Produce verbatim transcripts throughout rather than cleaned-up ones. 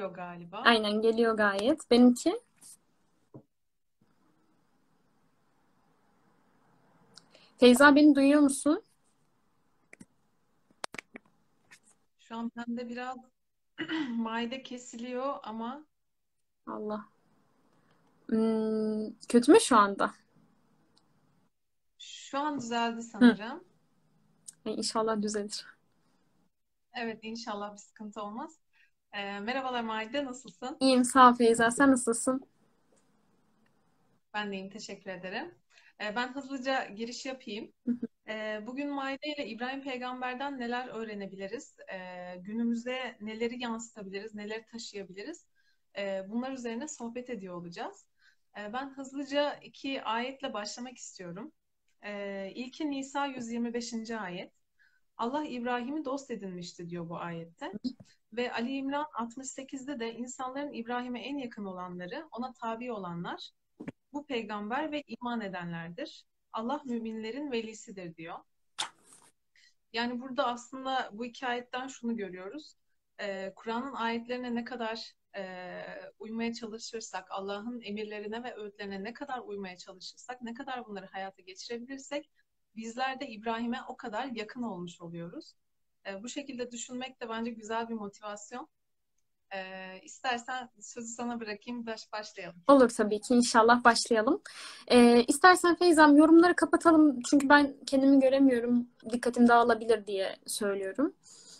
geliyor galiba. Aynen geliyor gayet. Benimki. Feyza beni duyuyor musun? Şu an bende biraz mayda kesiliyor ama Allah. Hmm, kötü mü şu anda? şu an düzeldi Hı. sanırım. Ay, İnşallah düzelir. Evet, inşallah bir sıkıntı olmaz. Ee, merhabalar Mayde, nasılsın? İyiyim sağ ol Feyza. Sen nasılsın? Ben de iyiyim, teşekkür ederim. Ee, ben hızlıca giriş yapayım. Ee, bugün Mayde ile İbrahim Peygamber'den neler öğrenebiliriz? Ee, günümüze neleri yansıtabiliriz, neleri taşıyabiliriz? Ee, bunlar üzerine sohbet ediyor olacağız. Ee, ben hızlıca iki ayetle başlamak istiyorum. Ee, ilki Nisa yüz yirmi beşinci ayet. Allah İbrahim'i dost edinmişti diyor bu ayette. Ve Ali İmran altmış sekizde de insanların İbrahim'e en yakın olanları, ona tabi olanlar, bu peygamber ve iman edenlerdir. Allah müminlerin velisidir diyor. Yani burada aslında bu iki ayetten şunu görüyoruz. Ee, Kur'an'ın ayetlerine ne kadar e, uymaya çalışırsak, Allah'ın emirlerine ve öğütlerine ne kadar uymaya çalışırsak, ne kadar bunları hayata geçirebilirsek, bizler de İbrahim'e o kadar yakın olmuş oluyoruz. E, bu şekilde düşünmek de bence güzel bir motivasyon. E, istersen sözü sana bırakayım, baş, başlayalım. Olur tabii ki. İnşallah başlayalım. Ee, istersen Feyzam yorumları kapatalım. Çünkü ben kendimi göremiyorum. Dikkatim dağılabilir diye söylüyorum.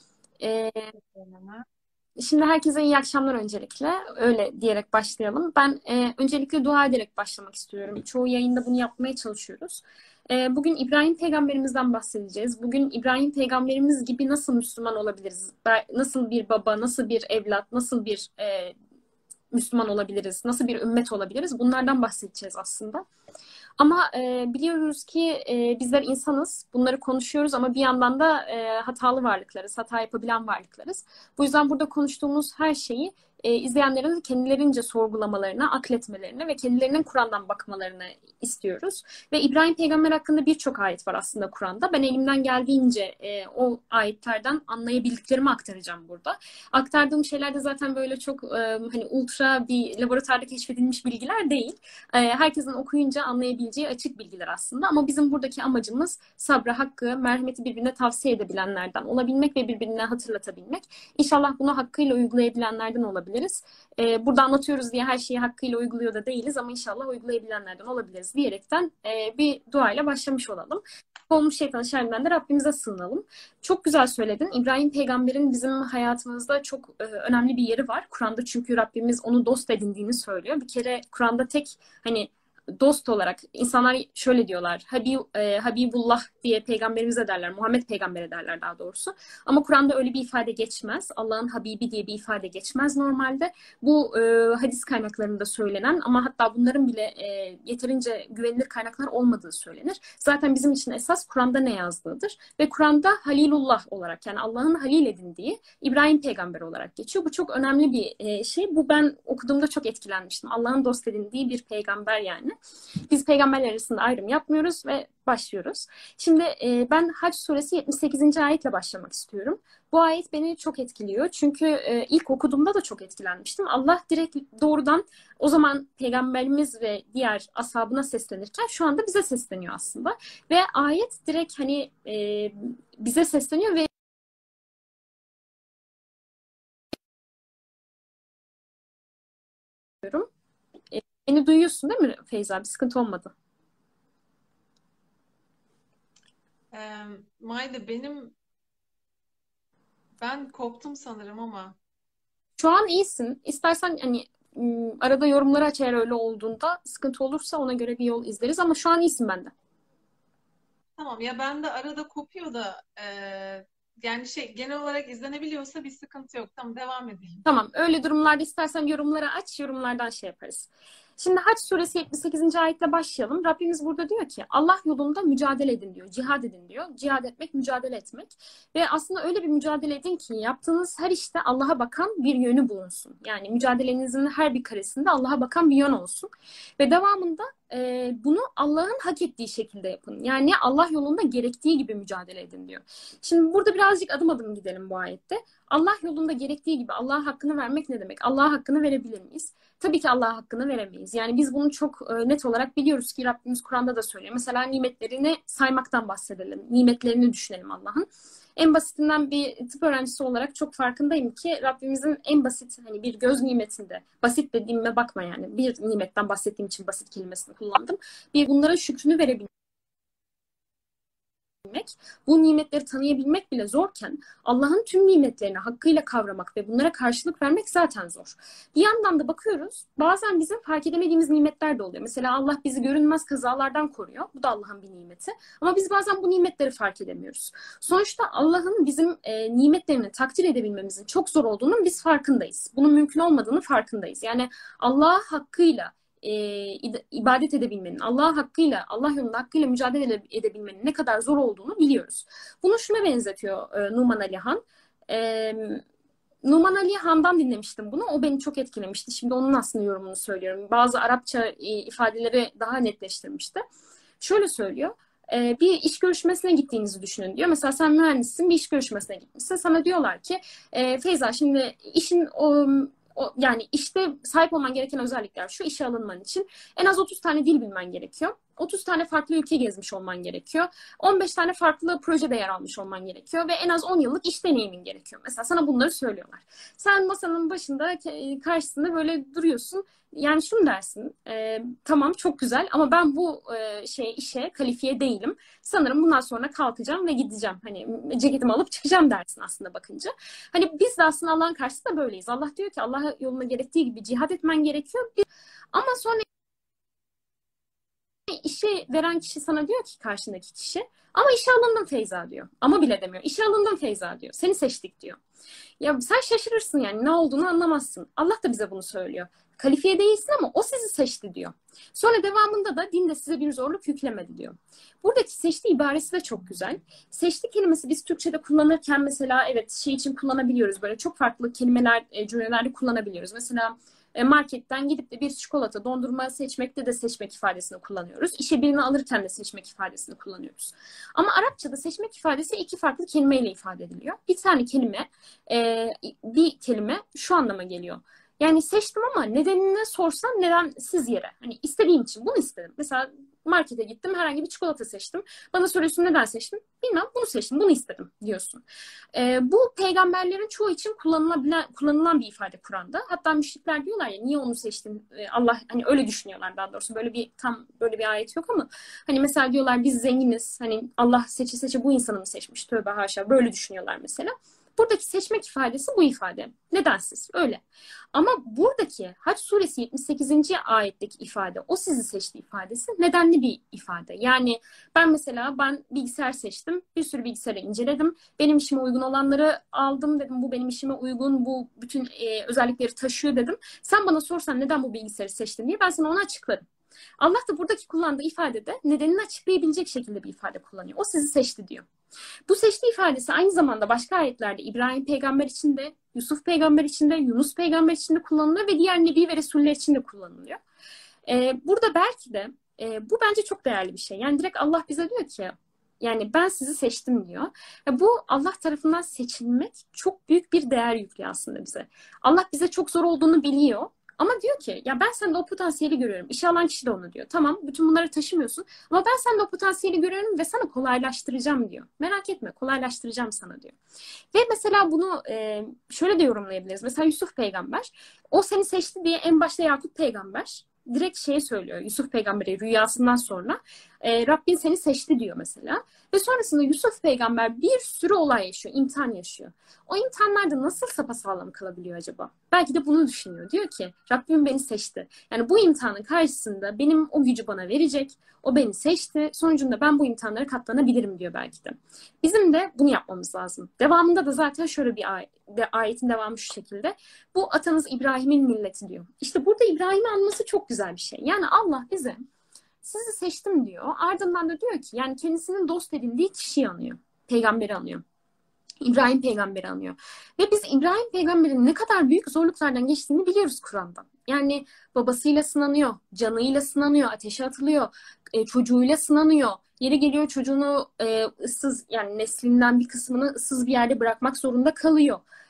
Ee, Hemen. Şimdi herkese iyi akşamlar öncelikle. Öyle diyerek başlayalım. Ben e, öncelikle dua ederek başlamak istiyorum. Çoğu yayında bunu yapmaya çalışıyoruz. E, bugün İbrahim Peygamberimizden bahsedeceğiz. Bugün İbrahim Peygamberimiz gibi nasıl Müslüman olabiliriz? Be- Nasıl bir baba, nasıl bir evlat, nasıl bir e, Müslüman olabiliriz? Nasıl bir ümmet olabiliriz? Bunlardan bahsedeceğiz aslında. Ama e, biliyoruz ki e, bizler insanız. Bunları konuşuyoruz ama bir yandan da e, hatalı varlıklarız. Hata yapabilen varlıklarız. Bu yüzden burada konuştuğumuz her şeyi e, izleyenlerin kendilerince sorgulamalarını, akletmelerini ve kendilerinin Kur'an'dan bakmalarını istiyoruz. Ve İbrahim Peygamber hakkında birçok ayet var aslında Kur'an'da. Ben elimden geldiğince e, o ayetlerden anlayabildiklerimi aktaracağım burada. Aktardığım şeyler de zaten böyle çok e, hani ultra bir laboratuvarda keşfedilmiş bilgiler değil. E, herkesin okuyunca anlayabileceği açık bilgiler aslında. Ama bizim buradaki amacımız sabrı, hakkı, merhameti birbirine tavsiye edebilenlerden olabilmek ve birbirine hatırlatabilmek. İnşallah bunu hakkıyla uygulayabilenlerden olabiliriz. E, burada anlatıyoruz diye her şeyi hakkıyla uyguluyor da değiliz ama inşallah uygulayabilenlerden olabiliriz diyerekten e, bir duayla başlamış olalım. Olmuş şeytanın şerrinden de Rabbimize sığınalım. Çok güzel söyledin. İbrahim peygamberin bizim hayatımızda çok e, önemli bir yeri var. Kur'an'da çünkü Rabbimiz onu dost edindiğini söylüyor. Bir kere Kur'an'da tek hani dost olarak insanlar şöyle diyorlar. Habib, e, Habibullah diye peygamberimize derler. Muhammed peygambere derler daha doğrusu. Ama Kur'an'da öyle bir ifade geçmez. Allah'ın Habibi diye bir ifade geçmez normalde. Bu e, hadis kaynaklarında söylenen ama hatta bunların bile e, yeterince güvenilir kaynaklar olmadığı söylenir. Zaten bizim için esas Kur'an'da ne yazdığıdır. Ve Kur'an'da Halilullah olarak yani Allah'ın halil edindiği İbrahim peygamber olarak geçiyor. Bu çok önemli bir e, şey. Bu ben okuduğumda çok etkilenmiştim. Allah'ın dost edindiği bir peygamber yani. Biz peygamberler arasında ayrım yapmıyoruz ve başlıyoruz. Şimdi e, ben Hac suresi yetmiş sekizinci ayetle başlamak istiyorum. Bu ayet beni çok etkiliyor. Çünkü e, ilk okuduğumda da çok etkilenmiştim. Allah direkt doğrudan o zaman peygamberimiz ve diğer ashabına seslenirken şu anda bize sesleniyor aslında. Ve ayet direkt hani e, bize sesleniyor ve diyorum. E, beni duyuyorsun değil mi Feyza? Bir sıkıntı olmadı. Ee, Mayde benim ben koptum sanırım ama Şu an iyisin. İstersen hani m, arada yorumları aç eğer öyle olduğunda sıkıntı olursa ona göre bir yol izleriz ama şu an iyisin bende. tamam ya ben de arada kopuyor da e, yani şey genel olarak izlenebiliyorsa bir sıkıntı yok. Tamam devam edelim. Tamam. Öyle durumlarda istersen yorumları aç, yorumlardan şey yaparız. Şimdi Haç suresi yetmiş sekizinci ayetle başlayalım. Rabbimiz burada diyor ki Allah yolunda mücadele edin diyor. Cihad edin diyor. Cihad etmek, mücadele etmek. Ve aslında öyle bir mücadele edin ki yaptığınız her işte Allah'a bakan bir yönü bulunsun. Yani mücadelenizin her bir karesinde Allah'a bakan bir yön olsun. Ve devamında e, bunu Allah'ın hak ettiği şekilde yapın. Yani Allah yolunda gerektiği gibi mücadele edin diyor. Şimdi burada birazcık adım adım gidelim bu ayette. Allah yolunda gerektiği gibi Allah'a hakkını vermek ne demek? Allah'a hakkını verebilir miyiz? Tabii ki Allah'a hakkını veremeyiz. Yani biz bunu çok e, net olarak biliyoruz ki Rabbimiz Kur'an'da da söylüyor. Mesela nimetlerini saymaktan bahsedelim. Nimetlerini düşünelim Allah'ın. En basitinden bir tıp öğrencisi olarak çok farkındayım ki Rabbimizin en basit hani bir göz nimetinde, basit dediğime bakma yani bir nimetten bahsettiğim için basit kelimesini kullandım. Bir bunlara şükrünü verebilmek, bu nimetleri tanıyabilmek bile zorken Allah'ın tüm nimetlerini hakkıyla kavramak ve bunlara karşılık vermek zaten zor. Bir yandan da bakıyoruz bazen bizim fark edemediğimiz nimetler de oluyor. Mesela Allah bizi görünmez kazalardan koruyor. Bu da Allah'ın bir nimeti. Ama biz bazen bu nimetleri fark edemiyoruz. Sonuçta Allah'ın bizim e, nimetlerini takdir edebilmemizin çok zor olduğunun biz farkındayız. Bunun mümkün olmadığını farkındayız. Yani Allah hakkıyla e, ibadet edebilmenin, Allah hakkıyla, Allah yolunda hakkıyla mücadele edebilmenin ne kadar zor olduğunu biliyoruz. Bunu şuna benzetiyor e, Numan Ali Han. E, Numan Ali Han'dan dinlemiştim bunu. O beni çok etkilemişti. Şimdi onun aslında yorumunu söylüyorum. Bazı Arapça e, ifadeleri daha netleştirmişti. Şöyle söylüyor. E, bir iş görüşmesine gittiğinizi düşünün diyor. Mesela sen mühendissin, bir iş görüşmesine gitmişsin. Sana diyorlar ki e, Feyza şimdi işin o O, yani işte sahip olman gereken özellikler şu: işe alınman için en az otuz tane dil bilmen gerekiyor. otuz tane farklı ülke gezmiş olman gerekiyor. on beş tane farklı projede yer almış olman gerekiyor ve en az on yıllık iş deneyimin gerekiyor. Mesela sana bunları söylüyorlar. Sen masanın başında karşısında böyle duruyorsun. Yani şunu dersin, e, tamam çok güzel ama ben bu e, şey işe kalifiye değilim. Sanırım bundan sonra kalkacağım ve gideceğim. Hani ceketimi alıp çıkacağım dersin aslında bakınca. Hani biz de aslında Allah'ın karşısında böyleyiz. Allah diyor ki Allah yoluna gerektiği gibi cihad etmen gerekiyor. Ama sonra işe veren kişi sana diyor ki, karşındaki kişi, ama işe alındın Feyza diyor. Ama bile demiyor. İşe alındın Feyza diyor. Seni seçtik diyor. Ya sen şaşırırsın yani, ne olduğunu anlamazsın. Allah da bize bunu söylüyor. Kalifiye değilsin ama o sizi seçti diyor. Sonra devamında da din de size bir zorluk yüklemedi diyor. Buradaki seçti ibaresi de çok güzel. Seçti kelimesi biz Türkçe'de kullanırken mesela evet şey için kullanabiliyoruz. Böyle çok farklı kelimeler, cümlelerde kullanabiliyoruz. Mesela marketten gidip de bir çikolata, dondurma seçmekte de seçmek ifadesini kullanıyoruz. İşe birini alırken de seçmek ifadesini kullanıyoruz. Ama Arapçada seçmek ifadesi iki farklı kelimeyle ifade ediliyor. Bir tane kelime, bir kelime şu anlama geliyor. Yani seçtim ama nedenini sorsam nedensiz yere. Hani istediğim için bunu istedim. Mesela markete gittim, herhangi bir çikolata seçtim. Bana soruyorsun neden seçtim? Bilmem, bunu seçtim, bunu istedim diyorsun. Ee, bu peygamberlerin çoğu için kullanılabilen, kullanılan bir ifade Kur'an'da. Hatta müşrikler diyorlar ya, niye onu seçtin? Ee, Allah hani öyle düşünüyorlar daha doğrusu. Böyle bir tam böyle bir ayet yok ama hani mesela diyorlar biz zenginiz. Hani Allah seçe seçe bu insanı mı seçmiş? Tövbe haşa. Böyle düşünüyorlar mesela. Buradaki seçmek ifadesi bu ifade. Nedensiz. Öyle. Ama buradaki Hac suresi yetmiş sekizinci ayetteki ifade, o sizi seçti ifadesi nedenli bir ifade. Yani ben mesela ben bilgisayar seçtim. Bir sürü bilgisayarı inceledim. Benim işime uygun olanları aldım dedim. Bu benim işime uygun. Bu bütün e, özellikleri taşıyor dedim. Sen bana sorsan neden bu bilgisayarı seçtin diye ben sana onu açıklarım. Allah da buradaki kullandığı ifadede nedenini açıklayabilecek şekilde bir ifade kullanıyor. O sizi seçti diyor. Bu seçti ifadesi aynı zamanda başka ayetlerde İbrahim peygamber için de, Yusuf peygamber için de, Yunus peygamber için de kullanılıyor ve diğer nebi ve resuller için de kullanılıyor. Ee, burada belki de e, bu bence çok değerli bir şey. Yani direkt Allah bize diyor ki yani ben sizi seçtim diyor. Ya bu Allah tarafından seçilmek çok büyük bir değer yüklüyor aslında bize. Allah bize çok zor olduğunu biliyor. Ama diyor ki ya ben sende o potansiyeli görüyorum. İşe alan kişi de onu diyor. Tamam, bütün bunları taşımıyorsun ama ben sende o potansiyeli görüyorum ve sana kolaylaştıracağım diyor. Merak etme, kolaylaştıracağım sana diyor. Ve mesela bunu e, şöyle de yorumlayabiliriz. Mesela Yusuf peygamber, o seni seçti diye en başta Yakup peygamber direkt şeye söylüyor. Yusuf peygamberi rüyasından sonra e, Rabbin seni seçti diyor mesela. Ve sonrasında Yusuf peygamber bir sürü olay yaşıyor, imtihan yaşıyor. O imtihanlarda nasıl sapasağlam kalabiliyor acaba? Belki de bunu düşünüyor. Diyor ki Rabbim beni seçti. Yani bu imtihanın karşısında benim o gücü bana verecek. O beni seçti. Sonucunda ben bu imtihanlara katlanabilirim diyor belki de. Bizim de bunu yapmamız lazım. Devamında da zaten şöyle bir ay- de, ayetin devamı şu şekilde. Bu atanız İbrahim'in milleti diyor. İşte burada İbrahim'i anması çok güzel bir şey. Yani Allah bize sizi seçtim diyor. Ardından da diyor ki yani kendisinin dost edindiği kişiyi anıyor. Peygamberi anıyor. İbrahim peygamberi anıyor. Ve biz İbrahim peygamberin ne kadar büyük zorluklardan geçtiğini biliyoruz Kur'an'dan. Yani babasıyla sınanıyor, canıyla sınanıyor, ateşe atılıyor, e, çocuğuyla sınanıyor. Yeri geliyor çocuğunu e, ıssız, yani neslinden bir kısmını ıssız bir yerde bırakmak zorunda kalıyor.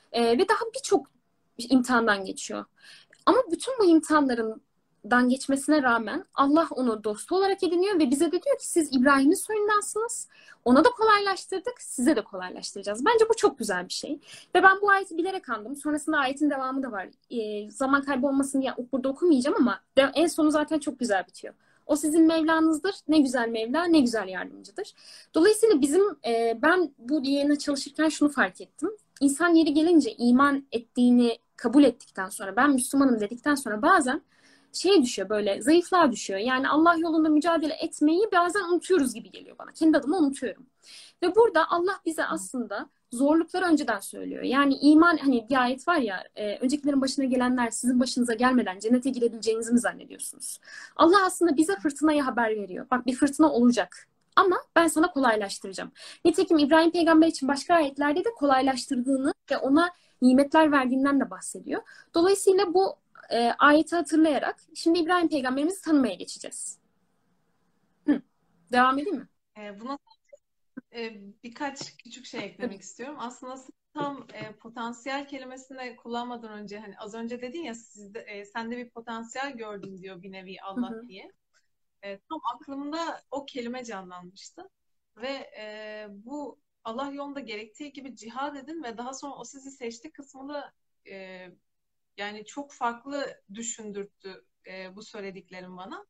E, ve daha birçok imtihandan geçiyor. Ama bütün bu imtihanlarından geçmesine rağmen Allah onu dostu olarak ediniyor ve bize de diyor ki siz İbrahim'in soyundansınız. Ona da kolaylaştırdık, size de kolaylaştıracağız. Bence bu çok güzel bir şey. Ve ben bu ayeti bilerek andım. Sonrasında ayetin devamı da var. E, zaman kaybı olmasın diye burada okumayacağım ama de, en sonu zaten çok güzel bitiyor. O sizin Mevlanızdır. Ne güzel Mevla, ne güzel yardımcıdır. Dolayısıyla bizim, e, ben bu yayına çalışırken şunu fark ettim. İnsan yeri gelince iman ettiğini kabul ettikten sonra, ben Müslümanım dedikten sonra bazen şey düşüyor, böyle zayıflığa düşüyor. Yani Allah yolunda mücadele etmeyi bazen unutuyoruz gibi geliyor bana. Kendi adıma unutuyorum. Ve burada Allah bize aslında zorlukları önceden söylüyor. Yani iman, hani bir ayet var ya, e, öncekilerin başına gelenler sizin başınıza gelmeden cennete girebileceğinizi mi zannediyorsunuz? Allah aslında bize fırtınayı haber veriyor. Bak, bir fırtına olacak. Ama ben sana kolaylaştıracağım. Nitekim İbrahim Peygamber için başka ayetlerde de kolaylaştırdığını ve ona nimetler verdiğinden de bahsediyor. Dolayısıyla bu e, ayeti hatırlayarak şimdi İbrahim Peygamberimizi tanımaya geçeceğiz. Hı. Devam edeyim mi? E, buna e, birkaç küçük şey eklemek istiyorum. Aslında tam e, potansiyel kelimesini kullanmadan önce, hani az önce dedin ya, sizde, e, sende bir potansiyel gördüm diyor bir nevi Allah Hı hı. diye. E, tam aklımda o kelime canlanmıştı. Ve e, bu Allah yolunda gerektiği gibi cihad edin ve daha sonra o sizi seçti kısmını e, yani çok farklı düşündürttü e, bu söylediklerim bana.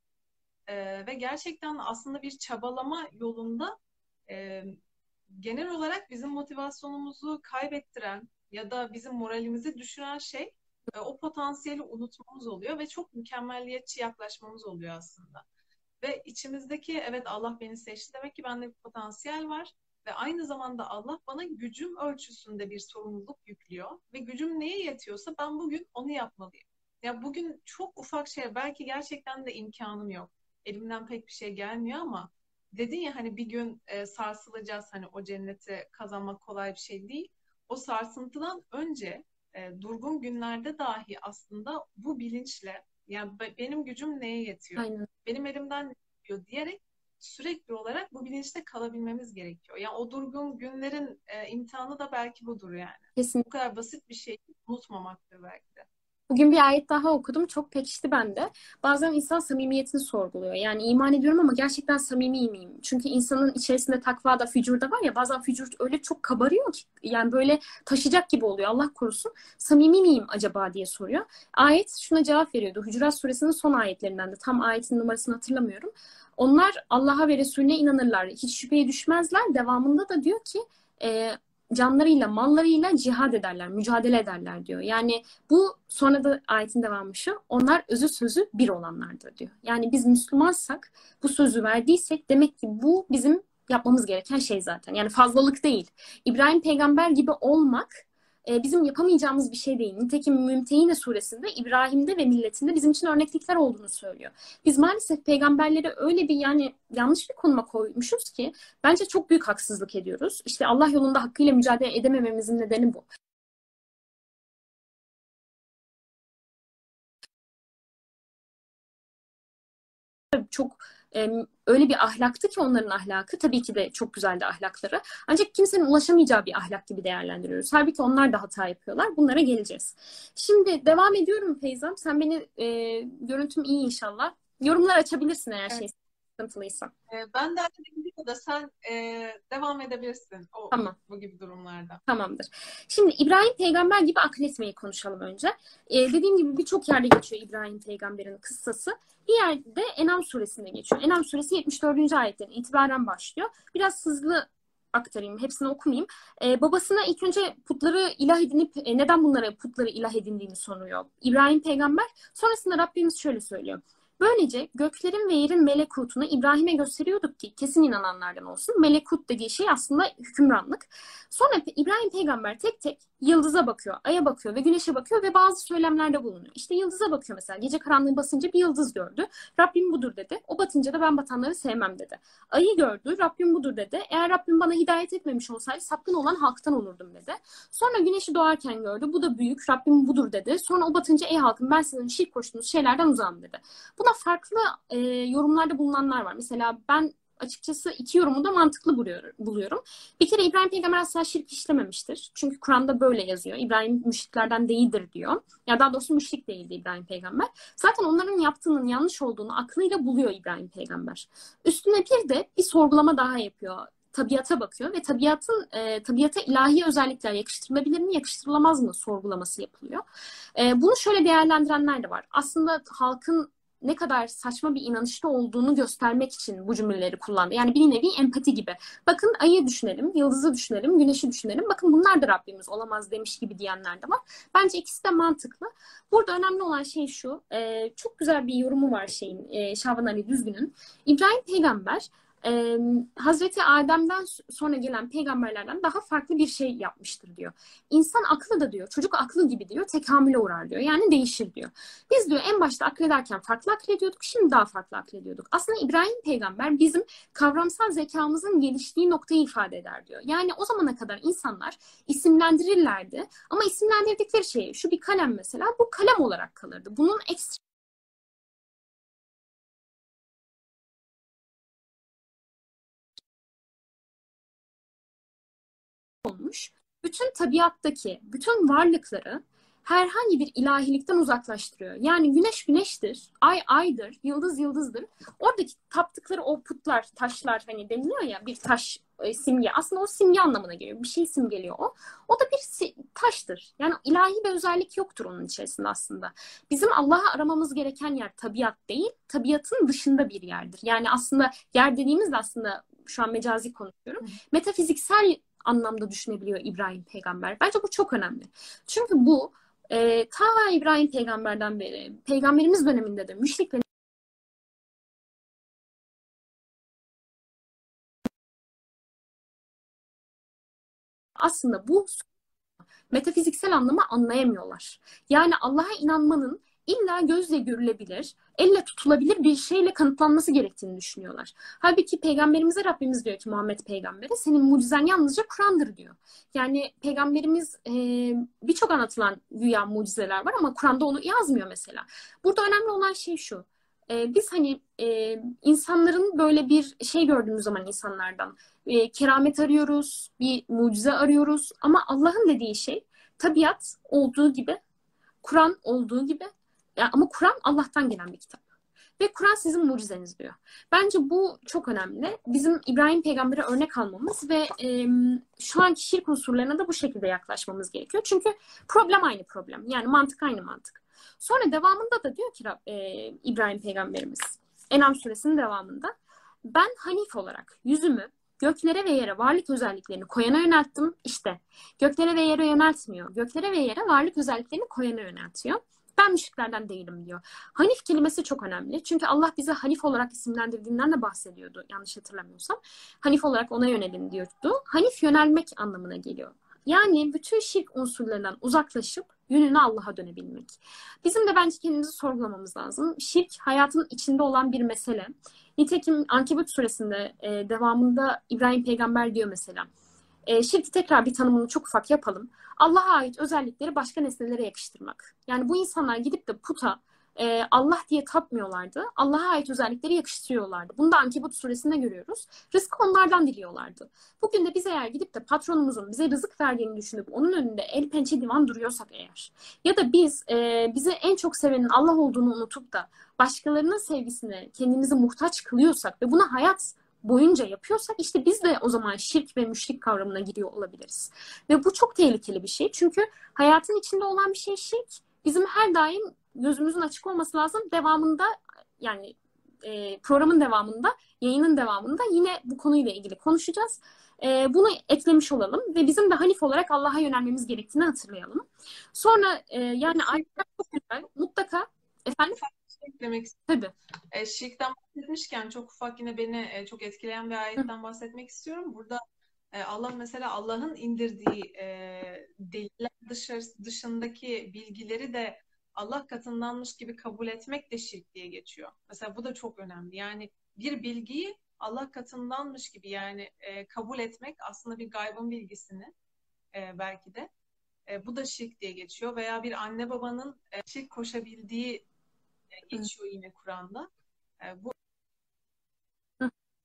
E, ve gerçekten aslında bir çabalama yolunda e, genel olarak bizim motivasyonumuzu kaybettiren ya da bizim moralimizi düşüren şey e, o potansiyeli unutmamız oluyor ve çok mükemmelliyetçi yaklaşmamız oluyor aslında. Ve içimizdeki evet Allah beni seçti demek ki bende bir potansiyel var ve aynı zamanda Allah bana gücüm ölçüsünde bir sorumluluk yüklüyor ve gücüm neye yetiyorsa ben bugün onu yapmalıyım. Ya bugün çok ufak şey, belki gerçekten de imkanım yok. Elimden pek bir şey gelmiyor ama dedin ya hani bir gün e, sarsılacağız, hani o cenneti kazanmak kolay bir şey değil. O sarsıntıdan önce e, durgun günlerde dahi aslında bu bilinçle, yani be- benim gücüm neye yetiyor? Aynen. Benim elimden ne geliyor diyerek sürekli olarak bu bilinçte kalabilmemiz gerekiyor. Yani o durgun günlerin e, imtihanı da belki budur yani. Kesinlikle. Bu kadar basit bir şeyi unutmamaktır belki de. Bugün bir ayet daha okudum. Çok pekişti bende. Bazen insan samimiyetini sorguluyor. Yani iman ediyorum ama gerçekten samimi miyim? Çünkü insanın içerisinde takva da fücur da var ya, bazen fücur öyle çok kabarıyor ki yani böyle taşacak gibi oluyor, Allah korusun. Samimi miyim acaba diye soruyor. Ayet şuna cevap veriyordu. Hucurat suresinin son ayetlerinden de, tam ayetin numarasını hatırlamıyorum. Onlar Allah'a ve Resulüne inanırlar. Hiç şüpheye düşmezler. Devamında da diyor ki e, canlarıyla, mallarıyla cihad ederler, mücadele ederler diyor. Yani bu, sonra da ayetin devamı şu: onlar özü sözü bir olanlardır diyor. Yani biz Müslümansak, bu sözü verdiysek demek ki bu bizim yapmamız gereken şey zaten. Yani fazlalık değil. İbrahim peygamber gibi olmak e, bizim yapamayacağımız bir şey değil. Nitekim Mümtehine suresinde İbrahim'de ve milletinde bizim için örneklikler olduğunu söylüyor. Biz maalesef peygamberleri öyle bir, yani yanlış bir konuma koymuşuz ki bence çok büyük haksızlık ediyoruz. İşte Allah yolunda hakkıyla mücadele edemememizin nedeni bu. Çok e, öyle bir ahlaktı ki onların ahlakı, tabii ki de çok güzeldi ahlakları. Ancak kimsenin ulaşamayacağı bir ahlak gibi değerlendiriyoruz. Halbuki onlar da hata yapıyorlar. Bunlara geleceğiz. Şimdi devam ediyorum Feyzam. Sen beni, e, görüntüm iyi inşallah. Yorumlar açabilirsin eğer Evet. şey sıkıntılıysa. E, ben de açabilirim da sen e, devam edebilirsin o Tamam. bu gibi durumlarda. Tamamdır. Şimdi İbrahim peygamber gibi akletmeyi konuşalım önce. Ee, dediğim gibi birçok yerde geçiyor İbrahim peygamberin kıssası. Bir yerde En'am suresinde geçiyor. En'am suresi yetmiş dördüncü ayetten itibaren başlıyor. Biraz hızlı aktarayım, hepsini okumayayım. Ee, babasına ilk önce putları ilah edinip e, neden bunlara putları ilah edindiğini soruyor İbrahim peygamber. Sonrasında Rabbimiz şöyle söylüyor: böylece göklerin ve yerin melekutunu İbrahim'e gösteriyorduk ki kesin inananlardan olsun. Melekut dediği şey aslında hükümranlık. Sonra İbrahim peygamber tek tek yıldıza bakıyor, aya bakıyor ve güneşe bakıyor ve bazı söylemlerde bulunuyor. İşte yıldıza bakıyor mesela. Gece karanlığı basınca bir yıldız gördü. Rabbim budur dedi. O batınca da ben batanları sevmem dedi. Ayı gördü. Rabbim budur dedi. Eğer Rabbim bana hidayet etmemiş olsaydı sapkın olan halktan olurdum dedi. Sonra güneşi doğarken gördü. Bu da büyük. Rabbim budur dedi. Sonra o batınca ey halkım, ben sizin şirk koştuğunuz şeylerden uzağım dedi. Buna farklı e, yorumlarda bulunanlar var. Mesela ben açıkçası iki yorumu da mantıklı buluyorum. Bir kere İbrahim Peygamber asla şirk işlememiştir. Çünkü Kur'an'da böyle yazıyor. İbrahim müşriklerden değildir diyor. Ya daha doğrusu müşrik değildi İbrahim Peygamber. Zaten onların yaptığının yanlış olduğunu aklıyla buluyor İbrahim Peygamber. Üstüne bir de bir sorgulama daha yapıyor. Tabiata bakıyor ve tabiatın e, tabiata ilahi özellikler yakıştırılabilir mi, yakıştırılamaz mı sorgulaması yapılıyor. E, bunu şöyle değerlendirenler de var. Aslında halkın ne kadar saçma bir inanışta olduğunu göstermek için bu cümleleri kullandı. Yani bir nevi empati gibi. Bakın ayı düşünelim, yıldızı düşünelim, güneşi düşünelim. Bakın bunlar da Rabbimiz olamaz demiş gibi diyenler de var. Bence ikisi de mantıklı. Burada önemli olan şey şu. E, çok güzel bir yorumu var şeyin, e, Şaban Ali Düzgün'ün. İbrahim Peygamber Ee, Hazreti Adem'den sonra gelen peygamberlerden daha farklı bir şey yapmıştır diyor. İnsan aklı da diyor, çocuk aklı gibi diyor, tekamüle uğrar diyor. Yani değişir diyor. Biz diyor en başta aklederken farklı aklediyorduk, şimdi daha farklı aklediyorduk. Aslında İbrahim peygamber bizim kavramsal zekamızın geliştiği noktayı ifade eder diyor. Yani o zamana kadar insanlar isimlendirirlerdi ama isimlendirdikleri şey, şu bir kalem mesela, bu kalem olarak kalırdı. Bunun ekstra olmuş. Bütün tabiattaki bütün varlıkları herhangi bir ilahilikten uzaklaştırıyor. Yani güneş güneştir, ay aydır, yıldız yıldızdır. Oradaki taptıkları o putlar, taşlar hani deniliyor ya, bir taş e, simge. Aslında o simge anlamına geliyor. Bir şey simgeliyor o. O da bir si- taştır. Yani ilahi bir özellik yoktur onun içerisinde aslında. Bizim Allah'ı aramamız gereken yer tabiat değil, tabiatın dışında bir yerdir. Yani aslında yer dediğimizde aslında şu an mecazi konuşuyorum. Metafiziksel anlamda düşünebiliyor İbrahim peygamber. Bence bu çok önemli. Çünkü bu e, ta İbrahim peygamberden beri, peygamberimiz döneminde de müşriklerin aslında bu metafiziksel anlamı anlayamıyorlar. Yani Allah'a inanmanın illa gözle görülebilir, elle tutulabilir bir şeyle kanıtlanması gerektiğini düşünüyorlar. Halbuki peygamberimize Rabbimiz diyor ki Muhammed peygambere, senin mucizen yalnızca Kur'an'dır diyor. Yani peygamberimiz e, birçok anlatılan güya mucizeler var ama Kur'an'da onu yazmıyor mesela. Burada önemli olan şey şu. E, biz hani e, insanların böyle bir şey gördüğümüz zaman insanlardan e, keramet arıyoruz, bir mucize arıyoruz ama Allah'ın dediği şey tabiat olduğu gibi, Kur'an olduğu gibi, ya ama Kur'an Allah'tan gelen bir kitap. Ve Kur'an sizin mucizeniz diyor. Bence bu çok önemli. Bizim İbrahim peygambere örnek almamız ve e, şu anki şirk unsurlarına da bu şekilde yaklaşmamız gerekiyor. Çünkü problem aynı problem. Yani mantık aynı mantık. Sonra devamında da diyor ki e, İbrahim peygamberimiz, En'am suresinin devamında, ben Hanif olarak yüzümü göklere ve yere varlık özelliklerini koyana yönelttim. İşte göklere ve yere yöneltmiyor. Göklere ve yere varlık özelliklerini koyana yöneltiyor. Ben müşriklerden değilim diyor. Hanif kelimesi çok önemli. Çünkü Allah bizi Hanif olarak isimlendirdiğinden de bahsediyordu yanlış hatırlamıyorsam. Hanif olarak ona yönelin diyordu. Hanif yönelmek anlamına geliyor. Yani bütün şirk unsurlarından uzaklaşıp yönünü Allah'a dönebilmek. Bizim de bence kendimizi sorgulamamız lazım. Şirk hayatın içinde olan bir mesele. Nitekim Ankebut suresinde e, devamında İbrahim peygamber diyor mesela. E, şirki tekrar bir tanımını çok ufak yapalım. Allah'a ait özellikleri başka nesnelere yakıştırmak. Yani bu insanlar gidip de puta e, Allah diye tapmıyorlardı. Allah'a ait özellikleri yakıştırıyorlardı. Bunu da Ankebut suresinde görüyoruz. Rızkı onlardan diliyorlardı. Bugün de biz eğer gidip de patronumuzun bize rızık verdiğini düşünüp onun önünde el pençe divan duruyorsak eğer, ya da biz e, bize en çok sevenin Allah olduğunu unutup da başkalarının sevgisine kendimizi muhtaç kılıyorsak ve buna hayat boyunca yapıyorsak, işte biz de o zaman şirk ve müşrik kavramına giriyor olabiliriz. Ve bu çok tehlikeli bir şey. Çünkü hayatın içinde olan bir şey şirk. Bizim her daim gözümüzün açık olması lazım. Devamında, yani e, programın devamında, yayının devamında yine bu konuyla ilgili konuşacağız. E, bunu eklemiş olalım ve bizim de Hanif olarak Allah'a yönelmemiz gerektiğini hatırlayalım. Sonra e, yani ayetler çok güzel. Mutlaka efendim. Eklemek istiyorum. Tabii. E, şirkten bahsetmişken çok ufak yine beni e, çok etkileyen bir ayetten bahsetmek istiyorum. Burada e, Allah mesela Allah'ın indirdiği e, deliller dışarı, dışındaki bilgileri de Allah katındanmış gibi kabul etmek de şirk diye geçiyor. Mesela bu da çok önemli. Yani bir bilgiyi Allah katındanmış gibi yani e, kabul etmek aslında bir gaybın bilgisini e, belki de. E, bu da şirk diye geçiyor. Veya bir anne babanın e, şirk koşabildiği geçiyor yine Kur'an'da. E, bu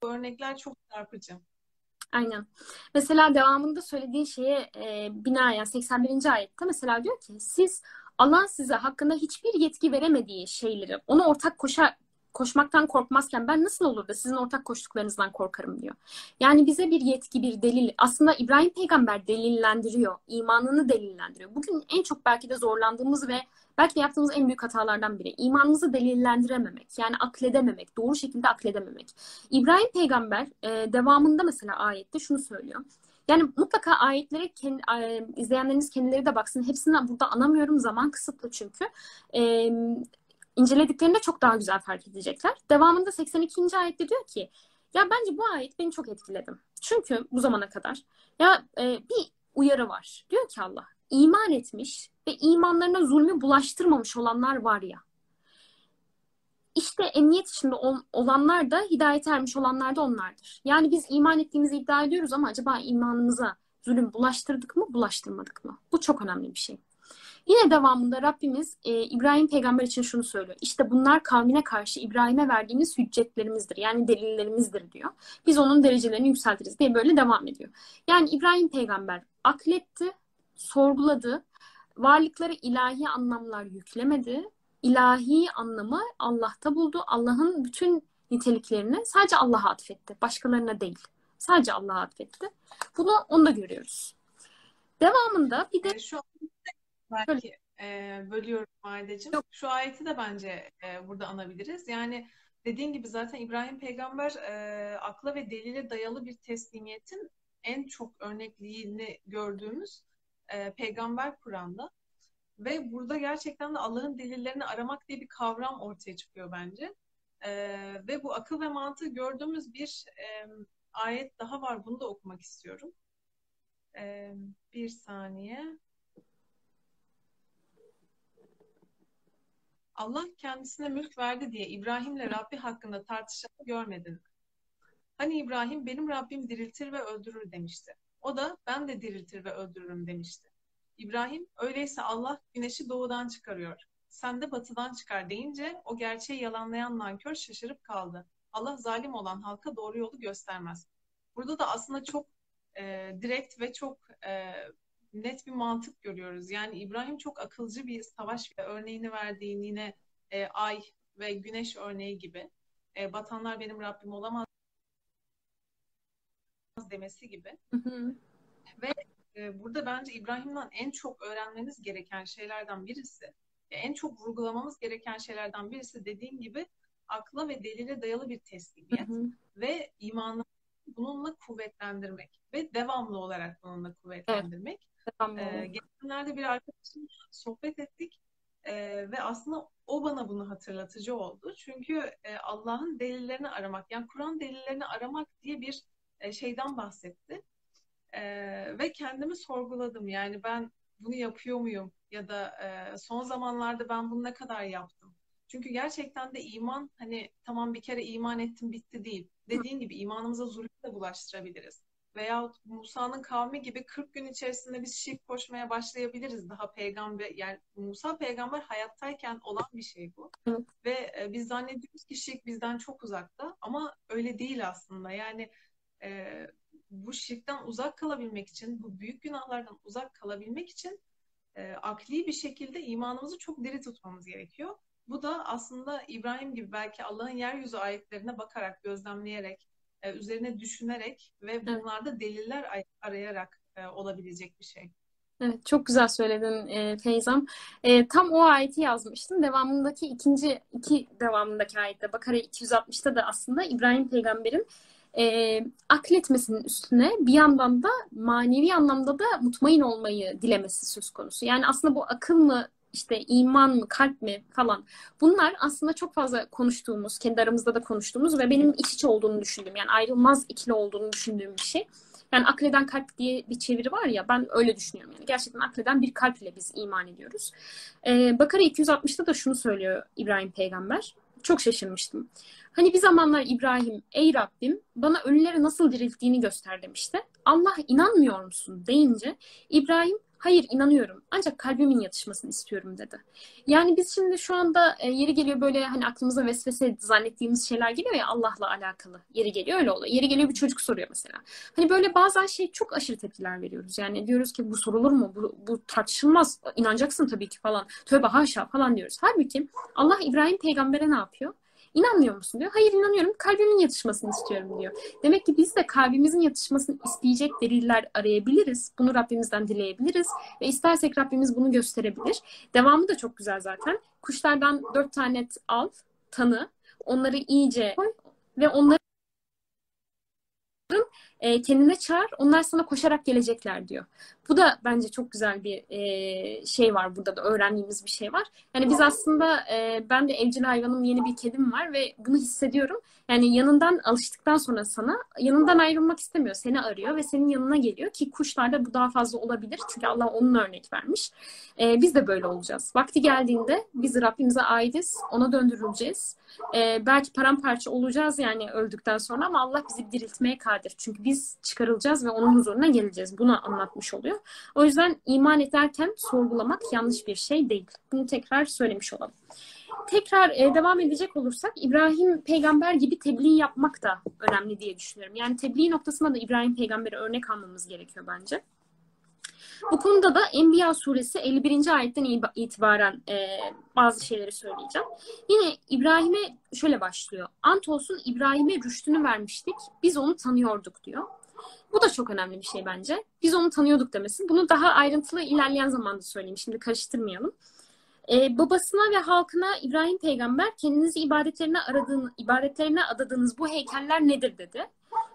örnekler çok çarpıcı. Aynen. Mesela devamında söylediğin şeye e, binaen seksen birinci ayette mesela diyor ki siz Allah size hakkında hiçbir yetki veremediği şeyleri ona ortak koşa, koşmaktan korkmazken ben nasıl olur da sizin ortak koştuklarınızdan korkarım diyor. Yani bize bir yetki, bir delil. Aslında İbrahim peygamber delillendiriyor. İmanını delillendiriyor. Bugün en çok belki de zorlandığımız ve belki de yaptığımız en büyük hatalardan biri. İmanımızı delillendirememek. Yani akledememek. Doğru şekilde akledememek. İbrahim peygamber e, devamında mesela ayette şunu söylüyor. Yani mutlaka ayetlere kendi, e, izleyenleriniz kendileri de baksın. Hepsinden burada anamıyorum. Zaman kısıtlı çünkü. E, incelediklerinde çok daha güzel fark edecekler. Devamında seksen ikinci ayette diyor ki ya bence bu ayet beni çok etkiledi. Çünkü bu zamana kadar ya e, bir uyarı var. Diyor ki Allah iman etmiş ve imanlarına zulmü bulaştırmamış olanlar var ya. İşte emniyet içinde olanlar da hidayete ermiş olanlar da onlardır. Yani biz iman ettiğimizi iddia ediyoruz ama acaba imanımıza zulüm bulaştırdık mı, bulaştırmadık mı? Bu çok önemli bir şey. Yine devamında Rabbimiz e, İbrahim peygamber için şunu söylüyor. İşte bunlar kavmine karşı İbrahim'e verdiğimiz hüccetlerimizdir. Yani delillerimizdir diyor. Biz onun derecelerini yükseltiriz diye böyle devam ediyor. Yani İbrahim peygamber akletti, sorguladı. Varlıkları ilahi anlamlar yüklemedi. İlahi anlamı Allah'ta buldu. Allah'ın bütün niteliklerini sadece Allah'a atfetti. Başkalarına değil. Sadece Allah'a atfetti. Bunu onda görüyoruz. Devamında bir de E, şu belki e, bölüyorum Maideciğim. Şu ayeti de bence e, burada anabiliriz. Yani dediğin gibi zaten İbrahim peygamber e, akla ve delile dayalı bir teslimiyetin en çok örnekliğini gördüğümüz e, peygamber Kur'an'da. Ve burada gerçekten de Allah'ın delillerini aramak diye bir kavram ortaya çıkıyor bence. E, ve bu akıl ve mantığı gördüğümüz bir e, ayet daha var. Bunu da okumak istiyorum. E, bir saniye. Allah kendisine mülk verdi diye İbrahim'le Rabbi hakkında tartışanı görmedin. Hani İbrahim benim Rabbim diriltir ve öldürür demişti. O da ben de diriltir ve öldürürüm demişti. İbrahim öyleyse Allah güneşi doğudan çıkarıyor. Sen de batıdan çıkar deyince o gerçeği yalanlayan nankör şaşırıp kaldı. Allah zalim olan halka doğru yolu göstermez. Burada da aslında çok e, direkt ve çok e, net bir mantık görüyoruz. Yani İbrahim çok akılcı bir savaş ve örneğini verdiğin yine e, ay ve güneş örneği gibi. E, batanlar benim Rabbim olamaz demesi gibi. Hı hı. Ve e, burada bence İbrahim'den en çok öğrenmemiz gereken şeylerden birisi, en çok vurgulamamız gereken şeylerden birisi dediğim gibi akla ve delile dayalı bir teslimiyet Hı hı. ve imanı bununla kuvvetlendirmek ve devamlı olarak bununla kuvvetlendirmek. Evet, tamam. Ee, geçenlerde bir arkadaşımla sohbet ettik ee, ve aslında o bana bunu hatırlatıcı oldu. Çünkü e, Allah'ın delillerini aramak, yani Kur'an delillerini aramak diye bir e, şeyden bahsetti. Ee, ve kendimi sorguladım. Yani ben bunu yapıyor muyum? Ya da e, son zamanlarda ben bunu ne kadar yaptım? Çünkü gerçekten de iman hani tamam bir kere iman ettim bitti değil. Dediğin gibi imanımıza zulüm de bulaştırabiliriz. Veyahut Musa'nın kavmi gibi kırk gün içerisinde biz şirk koşmaya başlayabiliriz. Daha peygamber yani Musa peygamber hayattayken olan bir şey bu. Evet. Ve e, biz zannediyoruz ki şirk bizden çok uzakta ama öyle değil aslında. Yani e, bu şirkten uzak kalabilmek için, bu büyük günahlardan uzak kalabilmek için e, akli bir şekilde imanımızı çok diri tutmamız gerekiyor. Bu da aslında İbrahim gibi belki Allah'ın yeryüzü ayetlerine bakarak, gözlemleyerek, e, üzerine düşünerek ve bunlarda deliller arayarak e, olabilecek bir şey. Evet, çok güzel söyledin e, Feyzam. E, tam o ayeti yazmıştım. Devamındaki ikinci, iki devamındaki ayette Bakara iki yüz altmışta da aslında İbrahim peygamberin e, akletmesinin üstüne bir yandan da manevi anlamda da mutmain olmayı dilemesi söz konusu. Yani aslında bu akıl mı, işte iman mı, kalp mi falan. Bunlar aslında çok fazla konuştuğumuz, kendi aramızda da konuştuğumuz ve benim iç içe olduğunu düşündüğüm, yani ayrılmaz ikili olduğunu düşündüğüm bir şey. Yani akleden kalp diye bir çeviri var ya, ben öyle düşünüyorum. Yani gerçekten akleden bir kalp ile biz iman ediyoruz. Ee, Bakara iki yüz altmışta da şunu söylüyor İbrahim peygamber. Çok şaşırmıştım. Hani bir zamanlar İbrahim, ey Rabbim bana ölüleri nasıl dirilttiğini göster demişti. Allah inanmıyor musun deyince İbrahim Hayır, inanıyorum. Ancak kalbimin yatışmasını istiyorum dedi. Yani biz şimdi şu anda e, yeri geliyor böyle hani aklımıza vesvese zannettiğimiz şeyler geliyor ya Allah'la alakalı. Yeri geliyor öyle oluyor. Yeri geliyor bir çocuk soruyor mesela. Hani böyle bazen şey çok aşırı tepkiler veriyoruz. Yani diyoruz ki bu sorulur mu? Bu, bu tartışılmaz. İnanacaksın tabii ki falan. Tövbe haşa falan diyoruz. Halbuki Allah İbrahim peygambere ne yapıyor? İnanmıyor musun diyor. Hayır, inanıyorum. Kalbimin yatışmasını istiyorum diyor. Demek ki biz de kalbimizin yatışmasını isteyecek deliller arayabiliriz. Bunu Rabbimizden dileyebiliriz. Ve istersek Rabbimiz bunu gösterebilir. Devamı da çok güzel zaten. Kuşlardan dört tane al, tanı. Onları iyice koy ve onları e, kendine çağır. Onlar sana koşarak gelecekler diyor. Bu da bence çok güzel bir e, şey var. Burada da öğrendiğimiz bir şey var. Yani biz aslında e, ben de evcil hayvanım, yeni bir kedim var ve bunu hissediyorum. Yani yanından alıştıktan sonra sana yanından ayrılmak istemiyor. Seni arıyor ve senin yanına geliyor ki kuşlarda bu daha fazla olabilir. Çünkü Allah onun örnek vermiş. E, biz de böyle olacağız. Vakti geldiğinde biz Rabbimize aitiz. Ona döndürüleceğiz. E, belki paramparça olacağız yani öldükten sonra ama Allah bizi diriltmeye kadir. Çünkü biz çıkarılacağız ve onun huzuruna geleceğiz. Bunu anlatmış oluyor. O yüzden iman ederken sorgulamak yanlış bir şey değil. Bunu tekrar söylemiş olalım. Tekrar e, devam edecek olursak İbrahim peygamber gibi tebliğ yapmak da önemli diye düşünüyorum. Yani tebliğ noktasında da İbrahim peygamberi örnek almamız gerekiyor bence. Bu konuda da Enbiya suresi elli birinci ayetten itibaren e, bazı şeyleri söyleyeceğim. Yine İbrahim'e şöyle başlıyor. Andolsun İbrahim'e rüştünü vermiştik. Biz onu tanıyorduk diyor. Bu da çok önemli bir şey bence. Biz onu tanıyorduk demesi. Bunu daha ayrıntılı ilerleyen zamanda söyleyeyim. Şimdi karıştırmayalım. Ee, babasına ve halkına İbrahim peygamber kendinizi ibadetlerine aradığını, ibadetlerine adadığınız bu heykeller nedir dedi.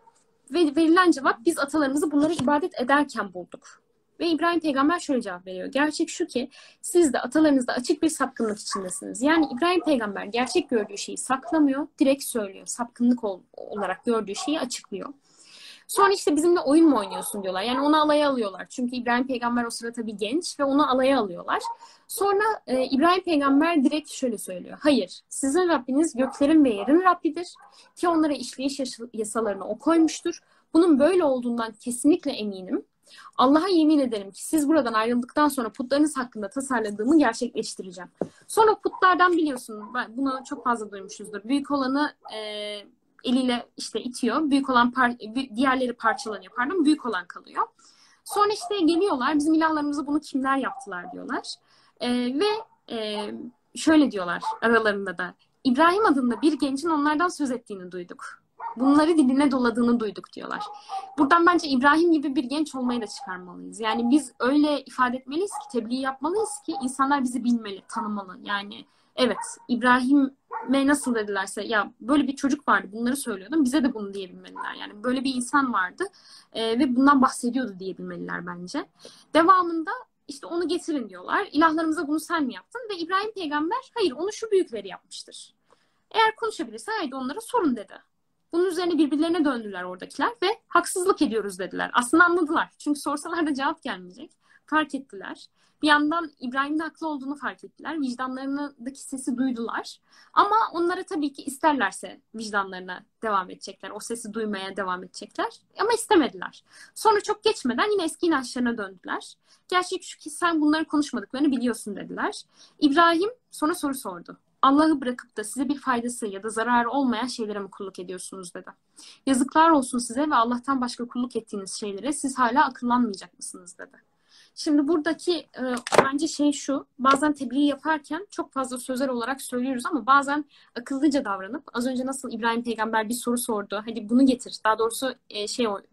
Ve verilen cevap biz atalarımızı bunları ibadet ederken bulduk. Ve İbrahim peygamber şöyle cevap veriyor. Gerçek şu ki siz de atalarınızda açık bir sapkınlık içindesiniz. Yani İbrahim peygamber gerçek gördüğü şeyi saklamıyor, direkt söylüyor. Sapkınlık ol- olarak gördüğü şeyi açıklıyor. Sonra işte bizimle oyun mu oynuyorsun diyorlar. Yani onu alaya alıyorlar. Çünkü İbrahim peygamber o sırada tabii genç ve onu alaya alıyorlar. Sonra e, İbrahim peygamber direkt şöyle söylüyor. Hayır, sizin Rabbiniz göklerin ve yerin Rabbidir. Ki onlara işleyiş yasalarını o koymuştur. Bunun böyle olduğundan kesinlikle eminim. Allah'a yemin ederim ki siz buradan ayrıldıktan sonra putlarınız hakkında tasarladığımı gerçekleştireceğim. Sonra putlardan biliyorsun, bunu çok fazla duymuşuzdur. Büyük olanı e, eliyle işte itiyor. Büyük olan par- diğerleri parçalanıyor. Pardon, büyük olan kalıyor. Sonra işte geliyorlar. Bizim ilahlarımıza bunu kimler yaptılar diyorlar. E, ve e, şöyle diyorlar aralarında da. İbrahim adında bir gencin onlardan söz ettiğini duyduk. Bunları diline doladığını duyduk diyorlar. Buradan bence İbrahim gibi bir genç olmayı da çıkarmalıyız. Yani biz öyle ifade etmeliyiz ki, tebliğ yapmalıyız ki insanlar bizi bilmeli, tanımalı. Yani evet, İbrahim'e nasıl dedilerse ya böyle bir çocuk vardı bunları söylüyordum, bize de bunu diyebilmeliler. Yani böyle bir insan vardı e, ve bundan bahsediyordu diyebilmeliler bence. Devamında işte onu getirin diyorlar. İlahlarımıza bunu sen mi yaptın? Ve İbrahim peygamber hayır, onu şu büyükleri yapmıştır. Eğer konuşabilirse haydi onlara sorun dedi. Bunun üzerine birbirlerine döndüler oradakiler ve haksızlık ediyoruz dediler. Aslında anladılar. Çünkü sorsalar da cevap gelmeyecek. Fark ettiler. Bir yandan İbrahim'in haklı olduğunu fark ettiler. Vicdanlarındaki sesi duydular. Ama onlara tabii ki isterlerse vicdanlarına devam edecekler. O sesi duymaya devam edecekler. Ama istemediler. Sonra çok geçmeden yine eski inançlarına döndüler. Gerçek şu ki sen bunları konuşmadıklarını biliyorsun dediler. İbrahim sonra soru sordu. Allah'ı bırakıp da size bir faydası ya da zararı olmayan şeylere mi kulluk ediyorsunuz dedi. Yazıklar olsun size ve Allah'tan başka kulluk ettiğiniz şeylere siz hala akıllanmayacak mısınız dedi. Şimdi buradaki e, bence şey şu, bazen tebliğ yaparken çok fazla sözel olarak söylüyoruz ama bazen akıllıca davranıp, az önce nasıl İbrahim peygamber bir soru sordu, hadi bunu getir. Daha doğrusu e, şey o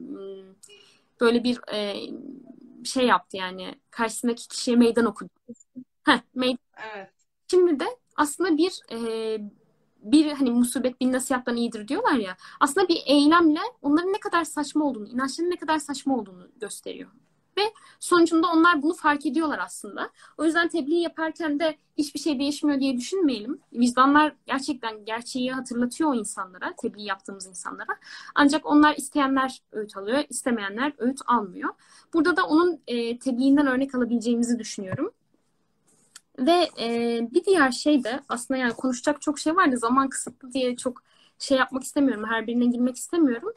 böyle bir e, şey yaptı yani karşısındaki kişiye meydan okudu. Heh, meydan. Evet. Şimdi de aslında bir e, bir hani musibet bin nasihattan iyidir diyorlar ya. Aslında bir eylemle onların ne kadar saçma olduğunu, inançların ne kadar saçma olduğunu gösteriyor. Ve sonucunda onlar bunu fark ediyorlar aslında. O yüzden tebliğ yaparken de hiçbir şey değişmiyor diye düşünmeyelim. Vicdanlar gerçekten gerçeği hatırlatıyor o insanlara, tebliğ yaptığımız insanlara. Ancak onlar isteyenler öğüt alıyor, istemeyenler öğüt almıyor. Burada da onun e, tebliğinden örnek alabileceğimizi düşünüyorum. Ve e, bir diğer şey de aslında yani konuşacak çok şey var da zaman kısıtlı diye çok şey yapmak istemiyorum. Her birine girmek istemiyorum.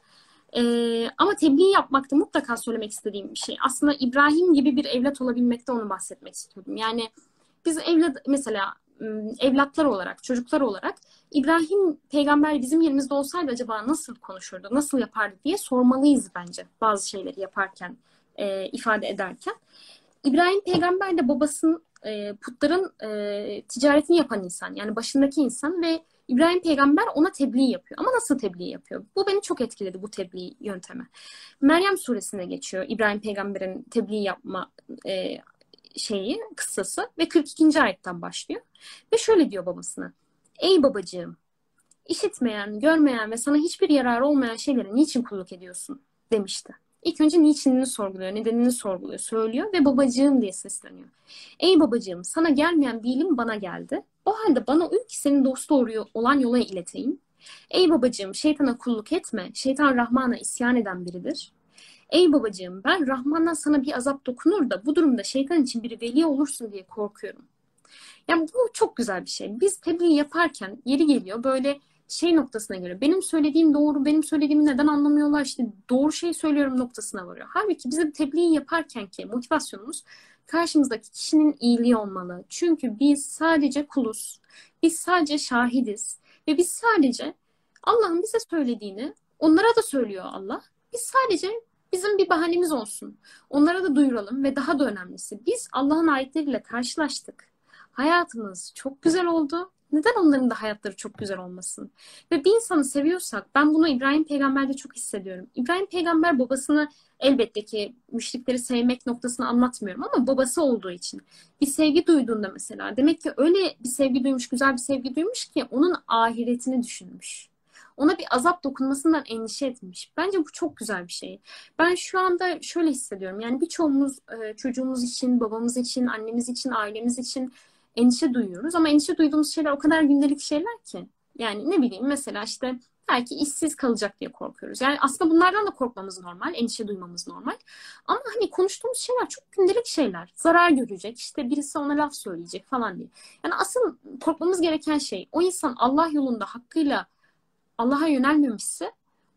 Ee, ama tebliğ yapmakta mutlaka söylemek istediğim bir şey. Aslında İbrahim gibi bir evlat olabilmekte onu bahsetmek istiyordum. Yani biz evlat mesela ım, evlatlar olarak, çocuklar olarak İbrahim peygamber bizim yerimizde olsaydı acaba nasıl konuşurdu, nasıl yapardı diye sormalıyız bence bazı şeyleri yaparken, e, ifade ederken. İbrahim peygamber de babasının e, putların e, ticaretini yapan insan. Yani başındaki insan ve İbrahim peygamber ona tebliğ yapıyor. Ama nasıl tebliğ yapıyor? Bu beni çok etkiledi, bu tebliğ yöntemi. Meryem suresine geçiyor İbrahim peygamberin tebliğ yapma e, şeyi, kıssası ve kırk ikinci ayetten başlıyor. Ve şöyle diyor babasına. Ey babacığım, işitmeyen, görmeyen ve sana hiçbir yararı olmayan şeylere niçin kulluk ediyorsun demişti. İlk önce niçinini sorguluyor, nedenini sorguluyor, söylüyor ve babacığım diye sesleniyor. Ey babacığım, sana gelmeyen bir ilim bana geldi. O halde bana uy ki senin dost doğru olan yola ileteyim. Ey babacığım, şeytana kulluk etme. Şeytan Rahman'a isyan eden biridir. Ey babacığım, ben Rahman'dan sana bir azap dokunur da bu durumda şeytan için bir veli olursun diye korkuyorum. Yani bu çok güzel bir şey. Biz tebliğ yaparken yeri geliyor böyle şey noktasına göre. Benim söylediğim doğru, benim söylediğimi neden anlamıyorlar? İşte doğru şey söylüyorum noktasına varıyor. Halbuki bizim tebliğ yaparken ki motivasyonumuz karşımızdaki kişinin iyiliği olmalı. Çünkü biz sadece kuluz. Biz sadece şahidiz. Ve biz sadece Allah'ın bize söylediğini onlara da söylüyor Allah. Biz sadece bizim bir bahanemiz olsun. Onlara da duyuralım ve daha da önemlisi biz Allah'ın ayetleriyle karşılaştık. Hayatımız çok güzel oldu. Neden onların da hayatları çok güzel olmasın? Ve bir insanı seviyorsak, ben bunu İbrahim Peygamber'de çok hissediyorum. İbrahim Peygamber babasını elbette ki müşrikleri sevmek noktasını anlatmıyorum ama babası olduğu için bir sevgi duyduğunda mesela demek ki öyle bir sevgi duymuş, güzel bir sevgi duymuş ki onun ahiretini düşünmüş. Ona bir azap dokunmasından endişe etmiş. Bence bu çok güzel bir şey. Ben şu anda şöyle hissediyorum. Yani birçoğumuz e, çocuğumuz için, babamız için, annemiz için, ailemiz için endişe duyuyoruz. Ama endişe duyduğumuz şeyler o kadar gündelik şeyler ki. Yani ne bileyim mesela işte belki işsiz kalacak diye korkuyoruz. Yani aslında bunlardan da korkmamız normal, endişe duymamız normal. Ama hani konuştuğumuz şeyler çok gündelik şeyler. Zarar görecek, işte birisi ona laf söyleyecek falan diye. Yani asıl korkmamız gereken şey o insan Allah yolunda hakkıyla Allah'a yönelmemişse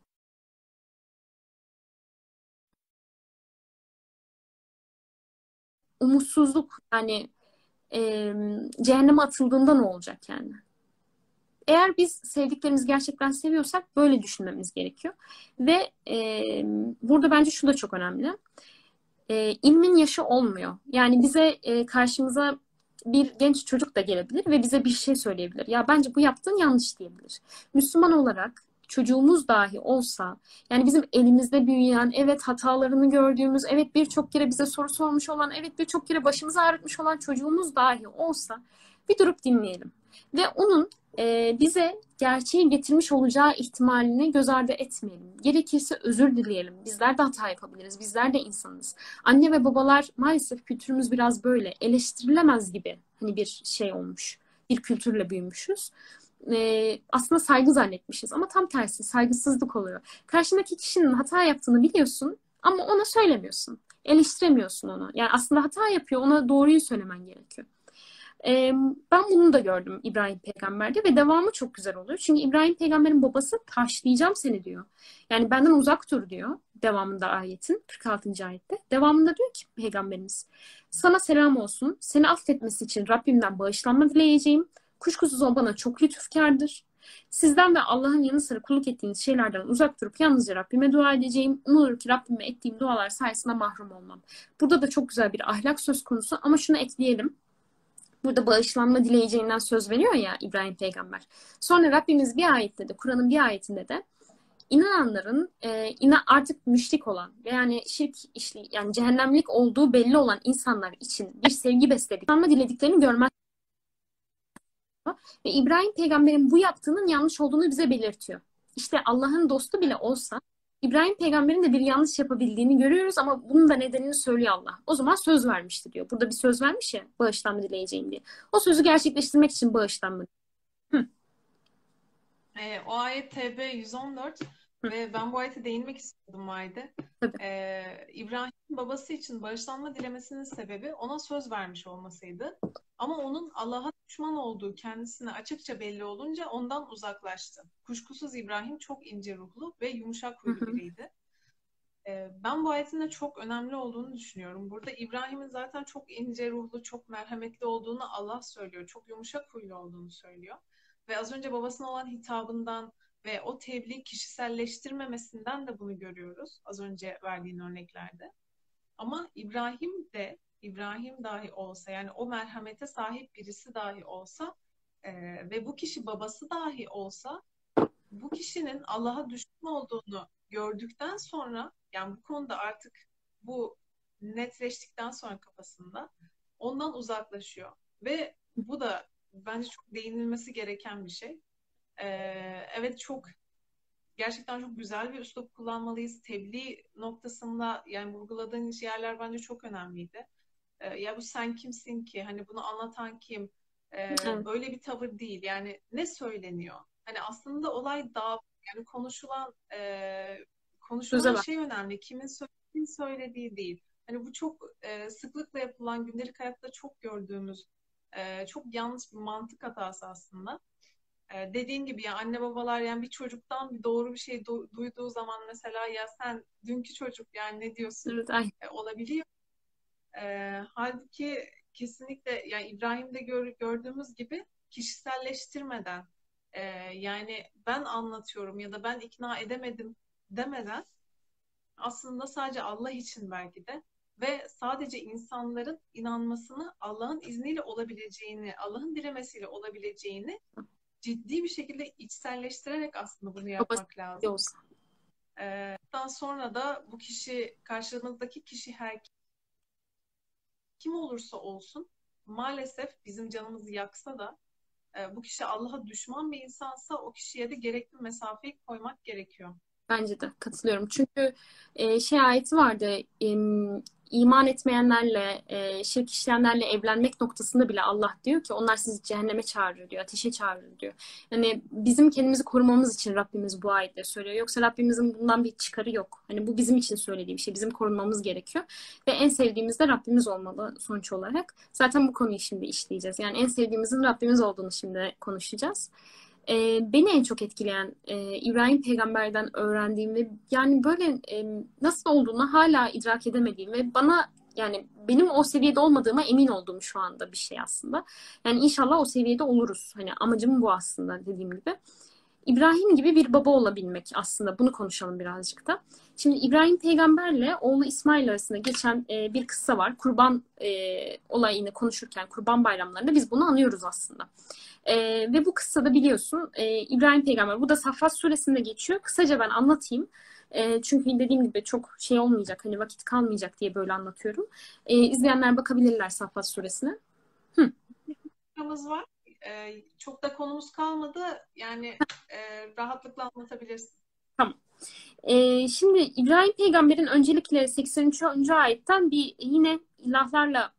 umutsuzluk yani e, cehenneme atıldığında ne olacak yani? Eğer biz sevdiklerimizi gerçekten seviyorsak böyle düşünmemiz gerekiyor. Ve e, burada bence şu da çok önemli. E, ilmin yaşı olmuyor. Yani bize e, karşımıza bir genç çocuk da gelebilir ve bize bir şey söyleyebilir. Ya bence bu yaptığın yanlış diyebilir. Müslüman olarak çocuğumuz dahi olsa yani bizim elimizde büyüyen, evet hatalarını gördüğümüz, evet birçok kere bize soru sormuş olan, evet birçok kere başımızı ağrıtmış olan çocuğumuz dahi olsa bir durup dinleyelim. Ve onun e, bize gerçeği getirmiş olacağı ihtimalini göz ardı etmeyelim. Gerekirse özür dileyelim. Bizler de hata yapabiliriz. Bizler de insanız. Anne ve babalar maalesef kültürümüz biraz böyle eleştirilemez gibi hani bir şey olmuş. Bir kültürle büyümüşüz. Ee, aslında saygı zannetmişiz ama tam tersi saygısızlık oluyor. Karşındaki kişinin hata yaptığını biliyorsun ama ona söylemiyorsun. Eleştiremiyorsun onu. Yani aslında hata yapıyor, ona doğruyu söylemen gerekiyor. Ee, ben bunu da gördüm İbrahim Peygamber'de ve devamı çok güzel oluyor. Çünkü İbrahim Peygamber'in babası taşlayacağım seni diyor. Yani benden uzak dur diyor devamında ayetin kırk altıncı ayette. Devamında diyor ki Peygamberimiz sana selam olsun. Seni affetmesi için Rabbimden bağışlanma dileyeceğim. Kuşkusuz o bana çok lütufkardır. Sizden ve Allah'ın yanı sıra kulluk ettiğiniz şeylerden uzak durup yalnızca Rabbime dua edeceğim. Umulur ki Rabbime ettiğim dualar sayesinde mahrum olmam. Burada da çok güzel bir ahlak söz konusu ama şunu ekleyelim. Burada bağışlanma dileyeceğinden söz veriyor ya İbrahim Peygamber. Sonra Rabbimiz bir ayette de Kur'an'ın bir ayetinde de inananların e, ina artık müşrik olan ve yani şirk işli yani cehennemlik olduğu belli olan insanlar için bir sevgi besledik. Bağışlanma dilediklerini görmez. Ve İbrahim Peygamber'in bu yaptığının yanlış olduğunu bize belirtiyor. İşte Allah'ın dostu bile olsa İbrahim Peygamber'in de bir yanlış yapabildiğini görüyoruz ama bunun da nedenini söylüyor Allah. O zaman söz vermişti diyor. Burada bir söz vermiş ya bağışlanma dileyeceğim diye. O sözü gerçekleştirmek için bağışlanma. Hı. E, o ayet T B yüz on dört Hı. ve ben bu ayete değinmek istiyordum Maide. Tabii. E, İbrahim'in babası için bağışlanma dilemesinin sebebi ona söz vermiş olmasıydı. Ama onun Allah'a düşman olduğu kendisine açıkça belli olunca ondan uzaklaştı. Kuşkusuz İbrahim çok ince ruhlu ve yumuşak Hı huylu hı. biriydi. Ee, Ben bu ayetin de çok önemli olduğunu düşünüyorum. Burada İbrahim'in zaten çok ince ruhlu, çok merhametli olduğunu Allah söylüyor. Çok yumuşak huylu olduğunu söylüyor. Ve az önce babasına olan hitabından ve o tebliğ kişiselleştirmemesinden de bunu görüyoruz. Az önce verdiğin örneklerde. Ama İbrahim de, İbrahim dahi olsa, yani o merhamete sahip birisi dahi olsa e, ve bu kişi babası dahi olsa, bu kişinin Allah'a düşman olduğunu gördükten sonra, yani bu konuda artık bu netleştikten sonra kafasında ondan uzaklaşıyor. Ve bu da bence çok değinilmesi gereken bir şey. Ee, evet, çok gerçekten çok güzel bir üslup kullanmalıyız. Tebliğ noktasında yani vurguladığın yerler bence çok önemliydi. Ee, ya bu sen kimsin ki? Hani bunu anlatan kim? Ee, Evet. böyle bir tavır değil. Yani ne söyleniyor? Hani aslında olay daha, yani konuşulan e, Söze konuşulan bak. şey önemli. Kimin söylediği söylediği değil. Hani bu çok e, sıklıkla yapılan, gündelik hayatta çok gördüğümüz e, çok yanlış bir mantık hatası aslında. E, dediğin gibi ya, anne babalar yani bir çocuktan bir doğru bir şey du- duyduğu zaman mesela, ya sen dünkü çocuk yani ne diyorsun Evet, ay. e, olabiliyor. E, halbuki kesinlikle yani İbrahim'de gör, gördüğümüz gibi kişiselleştirmeden, e, yani ben anlatıyorum ya da ben ikna edemedim demeden, aslında sadece Allah için belki de ve sadece insanların inanmasını Allah'ın izniyle olabileceğini, Allah'ın dilemesiyle olabileceğini ciddi bir şekilde içselleştirerek aslında bunu Babası yapmak lazım. olsa. Ee, Daha sonra da bu kişi, karşımızdaki kişi her kim olursa olsun, maalesef bizim canımızı yaksa da e, bu kişi Allah'a düşman bir insansa o kişiye de gerekli mesafeyi koymak gerekiyor. Bence de katılıyorum. Çünkü e, şey ayeti vardı. E, iman etmeyenlerle, e, şirk işleyenlerle evlenmek noktasında bile Allah diyor ki onlar sizi cehenneme çağırır diyor, ateşe çağırır diyor. Yani bizim kendimizi korumamız için Rabbimiz bu ayette söylüyor. Yoksa Rabbimizin bundan bir çıkarı yok. Hani bu bizim için söylediği bir şey. Bizim korunmamız gerekiyor. Ve en sevdiğimiz de Rabbimiz olmalı sonuç olarak. Zaten bu konuyu şimdi işleyeceğiz. Yani en sevdiğimizin Rabbimiz olduğunu şimdi konuşacağız. E, beni en çok etkileyen e, İbrahim peygamberden öğrendiğim ve yani böyle e, nasıl olduğunu hala idrak edemediğim ve bana yani benim o seviyede olmadığıma emin olduğum şu anda bir şey aslında. Yani inşallah o seviyede oluruz. Hani amacım bu aslında dediğim gibi. İbrahim gibi bir baba olabilmek aslında. Bunu konuşalım birazcık da. Şimdi İbrahim peygamberle oğlu İsmail arasında geçen e, bir kıssa var. Kurban e, olayını konuşurken, kurban bayramlarında biz bunu anıyoruz aslında. E, ve bu kıssada biliyorsun e, İbrahim peygamber, bu da Saffat suresinde geçiyor. Kısaca ben anlatayım. E, çünkü dediğim gibi çok şey olmayacak, hani vakit kalmayacak diye böyle anlatıyorum. E, izleyenler bakabilirler Saffat suresine. Hı. Konumuz var. Ee, çok da konumuz kalmadı. Yani e, rahatlıkla anlatabilirsin. Tamam. Ee, şimdi İbrahim peygamberin öncelikle seksen üçüncü ayetten bir yine ilahlarla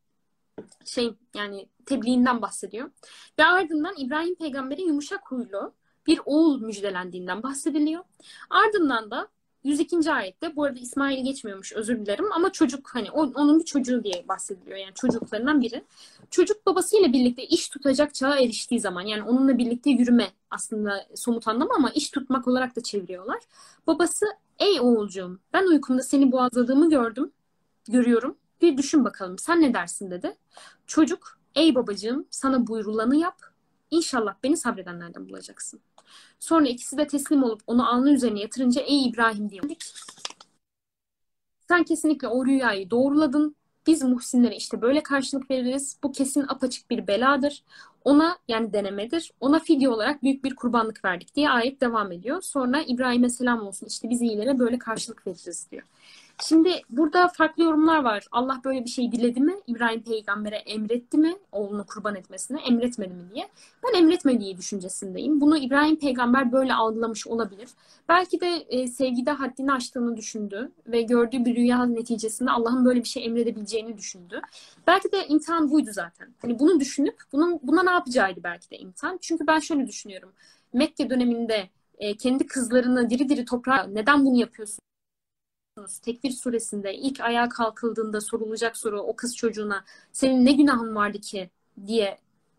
şey yani tebliğinden bahsediyor. Ve ardından İbrahim peygamberin yumuşak huylu bir oğul müjdelendiğinden bahsediliyor. Ardından da yüz ikinci ayette, bu arada İsmail geçmiyormuş, özür dilerim, ama çocuk, hani onun bir çocuğu diye bahsediliyor. Yani çocuklarından biri. Çocuk babasıyla birlikte iş tutacak çağa eriştiği zaman, yani onunla birlikte yürüme aslında somut anlamı ama iş tutmak olarak da çeviriyorlar. Babası, ey oğulcuğum, ben uykumda seni boğazladığımı gördüm, görüyorum. Bir düşün bakalım sen ne dersin dedi. Çocuk, ey babacığım sana buyurulanı yap. İnşallah beni sabredenlerden bulacaksın. Sonra ikisi de teslim olup onu alnı üzerine yatırınca ey İbrahim diyor. Sen kesinlikle o rüyayı doğruladın. Biz muhsinlere işte böyle karşılık veririz. Bu kesin apaçık bir beladır. Ona, yani denemedir. Ona fidye olarak büyük bir kurbanlık verdik diye ayet devam ediyor. Sonra İbrahim'e selam olsun, işte biz iyilere böyle karşılık veririz diyor. Şimdi burada farklı yorumlar var. Allah böyle bir şey diledi mi? İbrahim peygambere emretti mi? Oğlunu kurban etmesine emretmedi mi diye. Ben emretmediği düşüncesindeyim. Bunu İbrahim peygamber böyle algılamış olabilir. Belki de e, sevgide haddini aştığını düşündü ve gördüğü bir rüya neticesinde Allah'ın böyle bir şey emredebileceğini düşündü. Belki de imtihan buydu zaten. Hani bunu düşünüp bunun buna ne yapacağıydı belki de imtihan. Çünkü ben şöyle düşünüyorum. Mekke döneminde e, kendi kızlarını diri diri toprağa neden bunu yapıyorsun? Tekvir suresinde ilk ayağa kalkıldığında sorulacak soru o kız çocuğuna, senin ne günahın vardı ki diye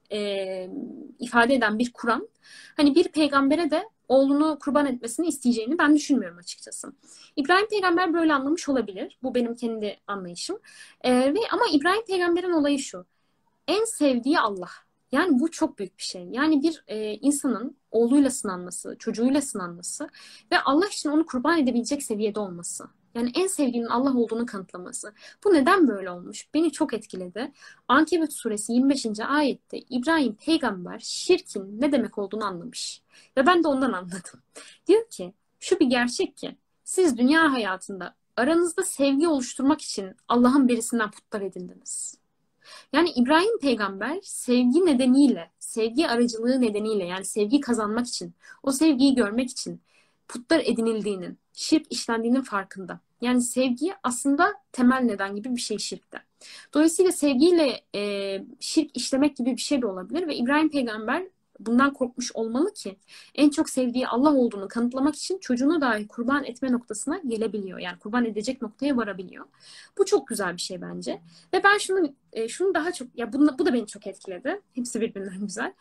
e, ifade eden bir Kur'an, hani bir peygambere de oğlunu kurban etmesini isteyeceğini ben düşünmüyorum açıkçası. İbrahim peygamber böyle anlamış olabilir. Bu benim kendi anlayışım. E, ve ama İbrahim peygamberin olayı şu: en sevdiği Allah. Yani bu çok büyük bir şey. Yani bir e, insanın oğluyla sınanması, çocuğuyla sınanması ve Allah için onu kurban edebilecek seviyede olması. Yani en sevdiğinin Allah olduğunu kanıtlaması. Bu neden böyle olmuş? Beni çok etkiledi. Ankebut suresi yirmi beşinci ayette İbrahim peygamber şirkin ne demek olduğunu anlamış. Ve ben de ondan anladım. Diyor ki, şu bir gerçek ki siz dünya hayatında aranızda sevgi oluşturmak için Allah'ın birisinden putlar edindiniz. Yani İbrahim peygamber sevgi nedeniyle, sevgi aracılığı nedeniyle, yani sevgi kazanmak için, o sevgiyi görmek için putlar edinildiğinin, şirk işlendiğinin farkında. Yani sevgi aslında temel neden gibi bir şey şirkte. Dolayısıyla sevgiyle e, şirk işlemek gibi bir şey de olabilir ve İbrahim peygamber bundan korkmuş olmalı ki en çok sevdiği Allah olduğunu kanıtlamak için çocuğunu dahi kurban etme noktasına gelebiliyor. Yani kurban edecek noktaya varabiliyor. Bu çok güzel bir şey bence. Ve ben şunu e, şunu daha çok, ya bu, bu da beni çok etkiledi. Hepsi birbirinden güzel.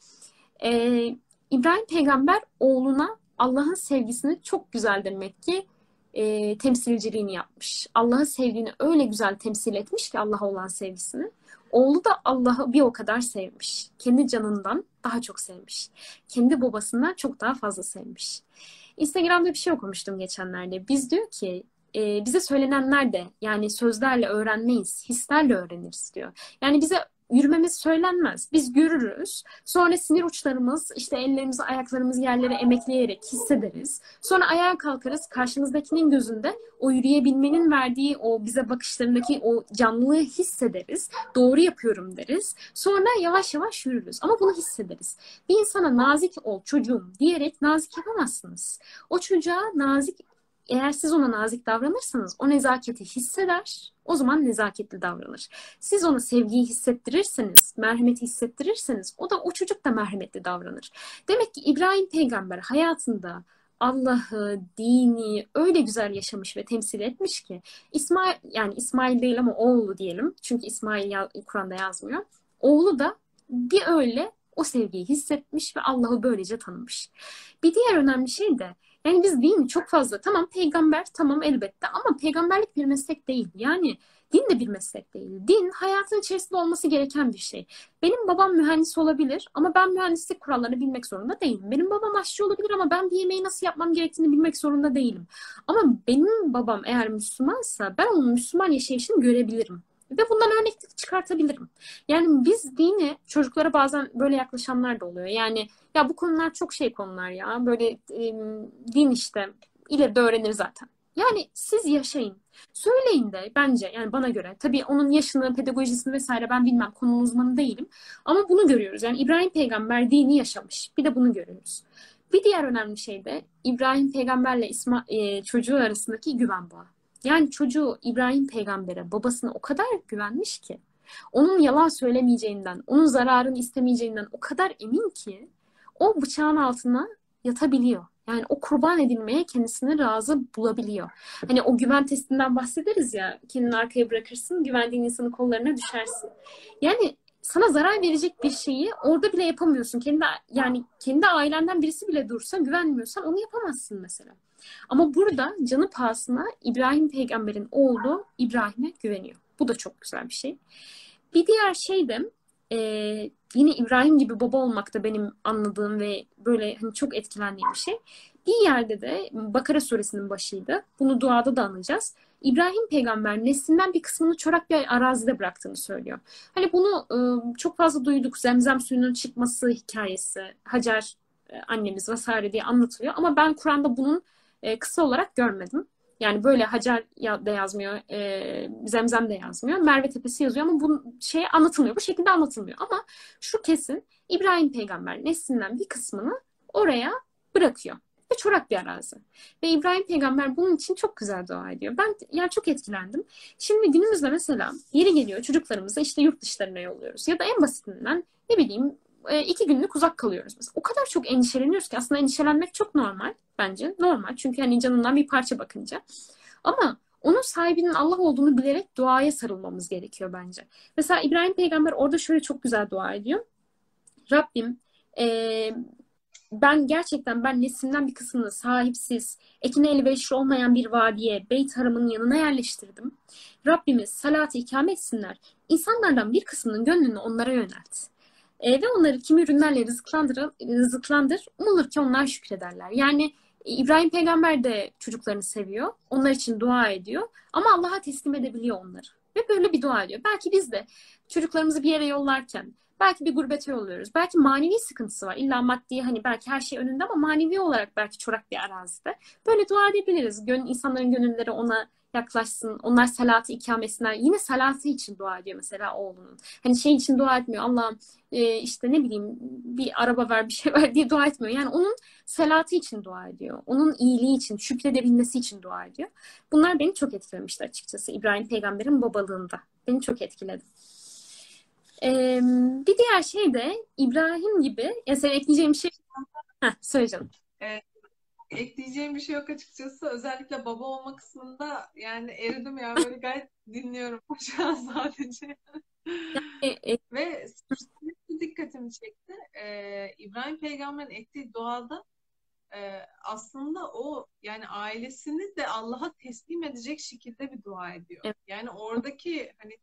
Ee, İbrahim peygamber oğluna Allah'ın sevgisini çok güzel demek ki e, temsilciliğini yapmış. Allah'ın sevdiğini öyle güzel temsil etmiş ki Allah'a olan sevgisini. Oğlu da Allah'ı bir o kadar sevmiş. Kendi canından daha çok sevmiş. Kendi babasından çok daha fazla sevmiş. Instagram'da bir şey okumuştum geçenlerde. Biz diyor ki e, bize söylenenler de, yani sözlerle öğrenmeyiz, hislerle öğreniriz diyor. Yani bize yürümemiz söylenmez. Biz görürüz. Sonra sinir uçlarımız, işte ellerimizi, ayaklarımızı yerlere emekleyerek hissederiz. Sonra ayağa kalkarız. Karşımızdakinin gözünde o yürüyebilmenin verdiği o bize bakışlarındaki o canlılığı hissederiz. Doğru yapıyorum deriz. Sonra yavaş yavaş yürürüz. Ama bunu hissederiz. Bir insana nazik ol çocuğum diyerek nazik yapamazsınız. O çocuğa nazik, eğer siz ona nazik davranırsanız o nezaketi hisseder, o zaman nezaketli davranır. Siz ona sevgiyi hissettirirseniz, merhameti hissettirirseniz o da, o çocuk da merhametli davranır. Demek ki İbrahim peygamber hayatında Allah'ı, dini öyle güzel yaşamış ve temsil etmiş ki İsmail, yani İsmail değil ama oğlu diyelim. Çünkü İsmail Kur'an'da yazmıyor. Oğlu da bir öyle o sevgiyi hissetmiş ve Allah'ı böylece tanımış. Bir diğer önemli şey de, yani biz dini çok fazla, tamam peygamber, tamam elbette, ama peygamberlik bir meslek değil. Yani din de bir meslek değil. Din hayatın içerisinde olması gereken bir şey. Benim babam mühendis olabilir ama ben mühendislik kurallarını bilmek zorunda değilim. Benim babam aşçı olabilir ama ben bir yemeği nasıl yapmam gerektiğini bilmek zorunda değilim. Ama benim babam eğer Müslümansa ben onun Müslüman yaşayışını görebilirim. Ve bundan örneklik çıkartabilirim. Yani biz dini, çocuklara bazen böyle yaklaşanlar da oluyor. Yani ya bu konular çok şey konular ya. Böyle e, din işte ileride öğrenir zaten. Yani siz yaşayın. Söyleyin de bence, yani bana göre. Tabii onun yaşını, pedagojisini vesaire ben bilmem, konunun uzmanı değilim. Ama bunu görüyoruz. Yani İbrahim peygamber dini yaşamış. Bir de bunu görüyoruz. Bir diğer önemli şey de İbrahim peygamberle İsma, e, çocuğu arasındaki güven bağı. Yani çocuğu İbrahim peygambere, babasına o kadar güvenmiş ki, onun yalan söylemeyeceğinden, onun zararını istemeyeceğinden o kadar emin ki o bıçağın altına yatabiliyor. Yani o kurban edilmeye kendisini razı bulabiliyor. Hani o güven testinden bahsederiz ya, kendini arkaya bırakırsın, güvendiğin insanın kollarına düşersin. Yani sana zarar verecek bir şeyi orada bile yapamıyorsun. Kendi, yani kendi ailenden birisi bile dursa güvenmiyorsan onu yapamazsın mesela. Ama burada canı pahasına İbrahim peygamberin oğlu İbrahim'e güveniyor. Bu da çok güzel bir şey. Bir diğer şey de e, yine İbrahim gibi baba olmak da benim anladığım ve böyle hani çok etkilendiğim bir şey. Bir yerde de Bakara suresinin başıydı. Bunu duada da anacağız. İbrahim peygamber neslinden bir kısmını çorak bir arazide bıraktığını söylüyor. Hani bunu e, çok fazla duyduk. Zemzem suyunun çıkması hikayesi, Hacer e, annemiz vesaire diye anlatılıyor. Ama ben Kur'an'da bunun e, kısa olarak görmedim. Yani böyle Hacer da yazmıyor, e, Zemzem de yazmıyor, Merve Tepesi yazıyor ama bu şey anlatılmıyor. Bu şekilde anlatılmıyor. Ama şu kesin, İbrahim peygamber neslinden bir kısmını oraya bırakıyor. Ve çorak bir arazi. Ve İbrahim peygamber bunun için çok güzel dua ediyor. Ben yani çok etkilendim. Şimdi günümüzde mesela yeri geliyor çocuklarımızı işte yurt dışlarına yolluyoruz. Ya da en basitinden ne bileyim iki günlük uzak kalıyoruz mesela. O kadar çok endişeleniyoruz ki aslında endişelenmek çok normal bence. Normal çünkü hani canından bir parça bakınca. Ama onun sahibinin Allah olduğunu bilerek duaya sarılmamız gerekiyor bence. Mesela İbrahim peygamber orada şöyle çok güzel dua ediyor. Rabbim e, ben gerçekten ben neslimden bir kısmını sahipsiz, ekine elverişli olmayan bir vadiye, Beyt Haram'ın yanına yerleştirdim. Rabbimiz salatı ikame etsinler. İnsanlardan bir kısmının gönlünü onlara yönelt. E, ve onları kimi ürünlerle rızıklandır, rızıklandır. Umulur ki onlar şükrederler. Yani İbrahim peygamber de çocuklarını seviyor. Onlar için dua ediyor. Ama Allah'a teslim edebiliyor onları. Ve böyle bir dua ediyor. Belki biz de çocuklarımızı bir yere yollarken, belki bir gurbete yolluyoruz. Belki manevi sıkıntısı var. İlla maddi hani belki her şey önünde ama manevi olarak belki çorak bir arazide. Böyle dua edebiliriz. Gön insanların gönülleri ona yaklaşsın. Onlar salatı ikame etsinler. Yine salatı için dua ediyor mesela oğlunun. Hani şey için dua etmiyor. Allah'ım e, işte ne bileyim bir araba ver bir şey ver diye dua etmiyor. Yani onun salatı için dua ediyor. Onun iyiliği için, şükredebilmesi için dua ediyor. Bunlar beni çok etkilemişti açıkçası. İbrahim peygamberin babalığında. Beni çok etkiledi. Ee, bir diğer şey de İbrahim gibi, ya sen ekleyeceğim bir şey. Heh, söyle canım. Ee, ekleyeceğim bir şey yok açıkçası. Özellikle baba olma kısmında yani eridim ya. Böyle gayet dinliyorum şu an sadece. E, e, Ve şu dikkatimi çekti. Ee, İbrahim Peygamber'in ettiği duada e, aslında o yani ailesini de Allah'a teslim edecek şekilde bir dua ediyor. evet, Yani oradaki hani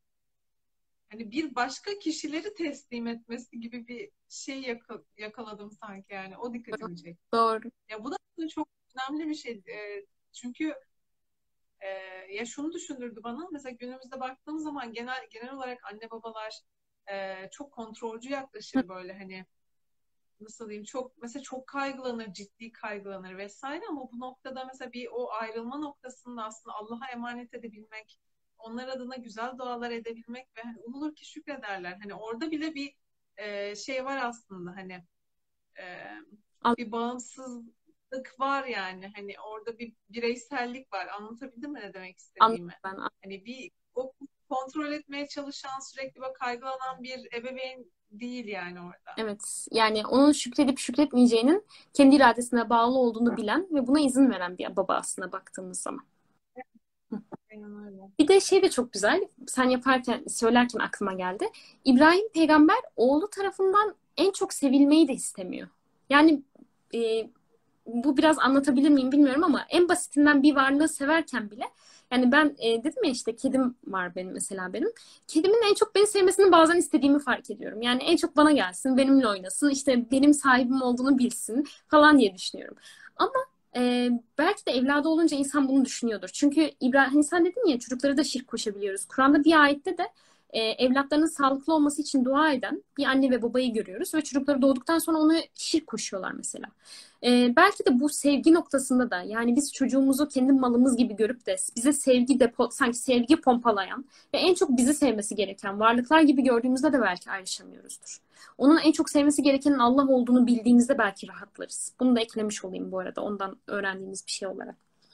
hani bir başka kişileri teslim etmesi gibi bir şey yaka- yakaladım sanki yani. O dikkatimi çekti. doğru. Ya bu da çok önemli bir şey. E, çünkü e, ya şunu düşündürdü bana. Mesela günümüzde baktığım zaman genel genel olarak anne babalar e, çok kontrolcü Hı, yaklaşır böyle hani nasıl diyeyim çok mesela çok kaygılanır, ciddi kaygılanır vesaire ama bu noktada mesela bir o ayrılma noktasında aslında Allah'a emanet edebilmek, onlar adına güzel dualar edebilmek ve hani umulur ki şükrederler. Hani orada bile bir e, şey var aslında hani e, an- bir bağımsızlık var yani hani orada bir bireysellik var. Anlatabildim mi ne demek anladım istediğimi? ben. Hani bir o kontrol etmeye çalışan sürekli böyle kaygılanan bir ebeveyn değil yani orada. Evet. Yani onun şükredip şükretmeyeceğinin kendi iradesine bağlı olduğunu bilen ve buna izin veren bir baba aslında baktığımız zaman. Hı. Aynen öyle. Bir de şey de çok güzel. Sen yaparken, söylerken aklıma geldi. İbrahim peygamber oğlu tarafından en çok sevilmeyi de istemiyor. Yani e, bu biraz anlatabilir miyim bilmiyorum ama en basitinden bir varlığı severken bile yani ben e, dedim ya işte kedim var benim mesela benim. Kedimin en çok beni sevmesini bazen istediğimi fark ediyorum. Yani en çok bana gelsin, benimle oynasın, işte benim sahibim olduğunu bilsin falan diye düşünüyorum. Ama e, belki de evladı olunca insan bunu düşünüyordur. Çünkü İbrahim hani sen dedin ya çocukları da şirk koşabiliyoruz. Kur'an'da bir ayette de e, evlatlarının sağlıklı olması için dua eden bir anne ve babayı görüyoruz ve çocukları doğduktan sonra onu şirk koşuyorlar mesela. Ee, belki de bu sevgi noktasında da yani biz çocuğumuzu kendi malımız gibi görüp de bize sevgi depo, sanki sevgi pompalayan ve en çok bizi sevmesi gereken varlıklar gibi gördüğümüzde de belki ayrışamıyoruzdur. Onun en çok sevmesi gerekenin Allah olduğunu bildiğimizde belki rahatlarız. Bunu da eklemiş olayım bu arada ondan öğrendiğimiz bir şey olarak.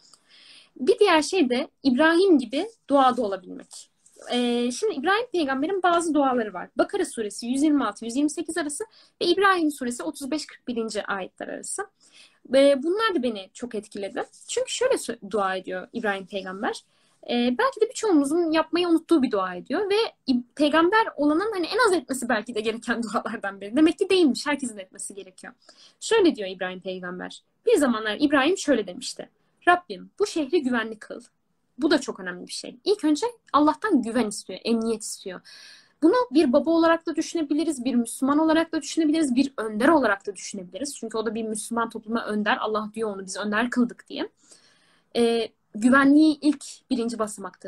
Bir diğer şey de İbrahim gibi duada olabilmek. Ee, şimdi İbrahim peygamberin bazı duaları var. Bakara suresi yüz yirmi altı yüz yirmi sekiz arası ve İbrahim suresi otuz beş kırk bir. ayetler arası. Ve bunlar da beni çok etkiledi. Çünkü şöyle dua ediyor İbrahim peygamber. Ee, belki de birçoğumuzun yapmayı unuttuğu bir dua ediyor ve peygamber olanın hani en az etmesi belki de gereken dualardan biri. Demek ki değilmiş. Herkesin etmesi gerekiyor. Şöyle diyor İbrahim peygamber. Bir zamanlar İbrahim şöyle demişti. Rabbim bu şehri güvenli kıl. Bu da çok önemli bir şey. İlk önce Allah'tan güven istiyor, emniyet istiyor. Bunu bir baba olarak da düşünebiliriz, bir Müslüman olarak da düşünebiliriz, bir önder olarak da düşünebiliriz. Çünkü o da bir Müslüman topluma önder. Allah diyor onu biz önder kıldık diye. Ee, güvenliği ilk birinci basamakta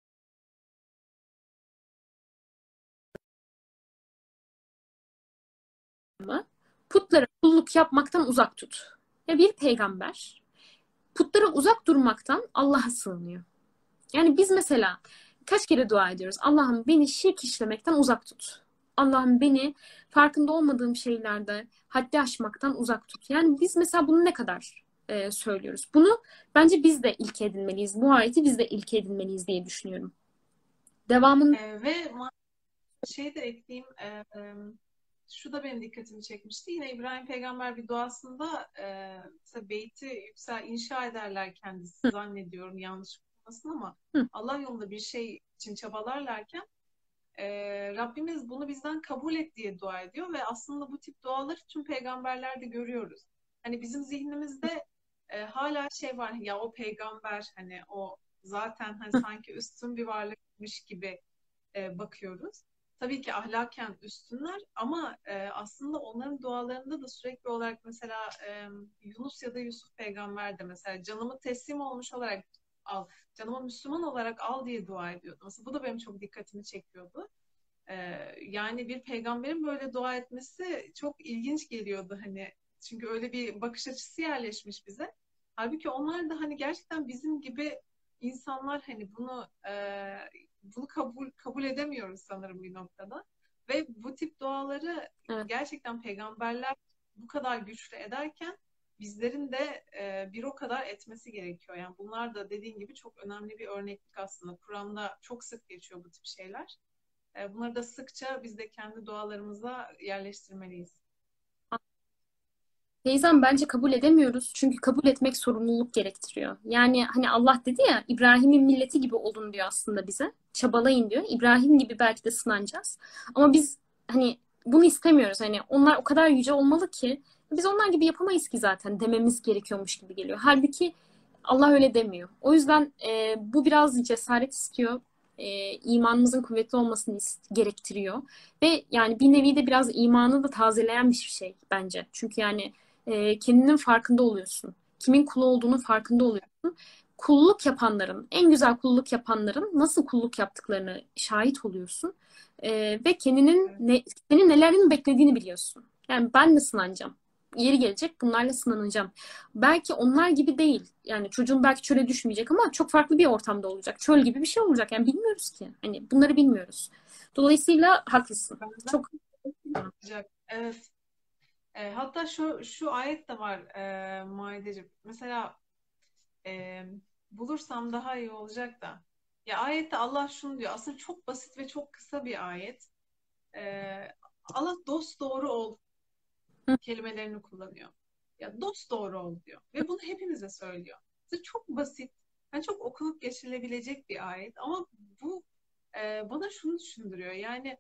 söylüyor. Putlara kulluk yapmaktan uzak tut. Ya bir peygamber putlara uzak durmaktan Allah'a sığınıyor. Yani biz mesela kaç kere dua ediyoruz. Allah'ım beni şirk işlemekten uzak tut. Allah'ım beni farkında olmadığım şeylerde haddi aşmaktan uzak tut. Yani biz mesela bunu ne kadar e, söylüyoruz? Bunu bence biz de ilke edinmeliyiz. Bu ayeti biz de ilke edinmeliyiz diye düşünüyorum. Devamında E, ve şey de ekleyeyim. E, e, şu da benim dikkatimi çekmişti. Yine İbrahim Peygamber bir duasında e, mesela beyti yüksel inşa ederler kendisi zannediyorum yanlış olmasın ama hı, Allah yolunda bir şey için çabalarlarken e, Rabbimiz bunu bizden kabul et diye dua ediyor ve aslında bu tip duaları tüm peygamberlerde görüyoruz. Hani bizim zihnimizde e, hala şey var ya, o peygamber hani o zaten hani sanki üstün bir varlıkmış gibi e, bakıyoruz. Tabii ki ahlaken üstünler ama e, aslında onların dualarında da sürekli olarak mesela e, Yunus ya da Yusuf peygamber de mesela canımı teslim olmuş olarak al, canımı Müslüman olarak al diye dua ediyordu. Mesela bu da benim çok dikkatimi çekiyordu. E, Yani bir peygamberin böyle dua etmesi çok ilginç geliyordu hani. Çünkü öyle bir bakış açısı yerleşmiş bize. Halbuki onlar da hani gerçekten bizim gibi insanlar, hani bunu e, bunu kabul kabul edemiyoruz sanırım bir noktada. Ve bu tip duaları Evet. gerçekten peygamberler bu kadar güçlü ederken bizlerin de e, bir o kadar etmesi gerekiyor. Yani bunlar da dediğin gibi çok önemli bir örneklik aslında. Kur'an'da çok sık geçiyor bu tip şeyler. E, bunları da sıkça biz de kendi dualarımıza yerleştirmeliyiz. Teyzem, bence kabul edemiyoruz. Çünkü kabul etmek sorumluluk gerektiriyor. Yani hani Allah dedi ya, İbrahim'in milleti gibi olun diyor aslında bize. Çabalayın diyor. İbrahim gibi belki de sınanacağız. Ama biz hani bunu istemiyoruz. Hani onlar o kadar yüce olmalı ki biz onlar gibi yapamayız ki zaten dememiz gerekiyormuş gibi geliyor. Halbuki Allah öyle demiyor. O yüzden e, bu biraz cesaret istiyor. E, imanımızın kuvvetli olmasını ist- gerektiriyor. Ve yani bir nevi de biraz imanı da tazeleyen bir şey bence. Çünkü yani e, kendinin farkında oluyorsun. Kimin kulu olduğunun farkında oluyorsun. Kulluk yapanların, en güzel kulluk yapanların nasıl kulluk yaptıklarını şahit oluyorsun. E, ve kendinin Evet. ne, senin nelerin beklediğini biliyorsun. Yani ben de sınanacağım. Yeri gelecek bunlarla sınanacağım. Belki onlar gibi değil. Yani çocuğun belki çöle düşmeyecek ama çok farklı bir ortamda olacak. Çöl gibi bir şey olacak. Yani bilmiyoruz ki. Hani bunları bilmiyoruz. Dolayısıyla haklısın. Benzer Çok olacak. Evet. E, hatta şu şu ayet de var e, Maideciğim. Mesela e, bulursam daha iyi olacak da. Ya ayette Allah şunu diyor. Aslında çok basit ve çok kısa bir ayet. E, Allah dost doğru ol kelimelerini kullanıyor. Ya dost doğru ol diyor. Ve bunu hepimize söylüyor. Aslında çok basit. Yani çok okunup geçilebilecek bir ayet. Ama bu e, bana şunu düşündürüyor. Yani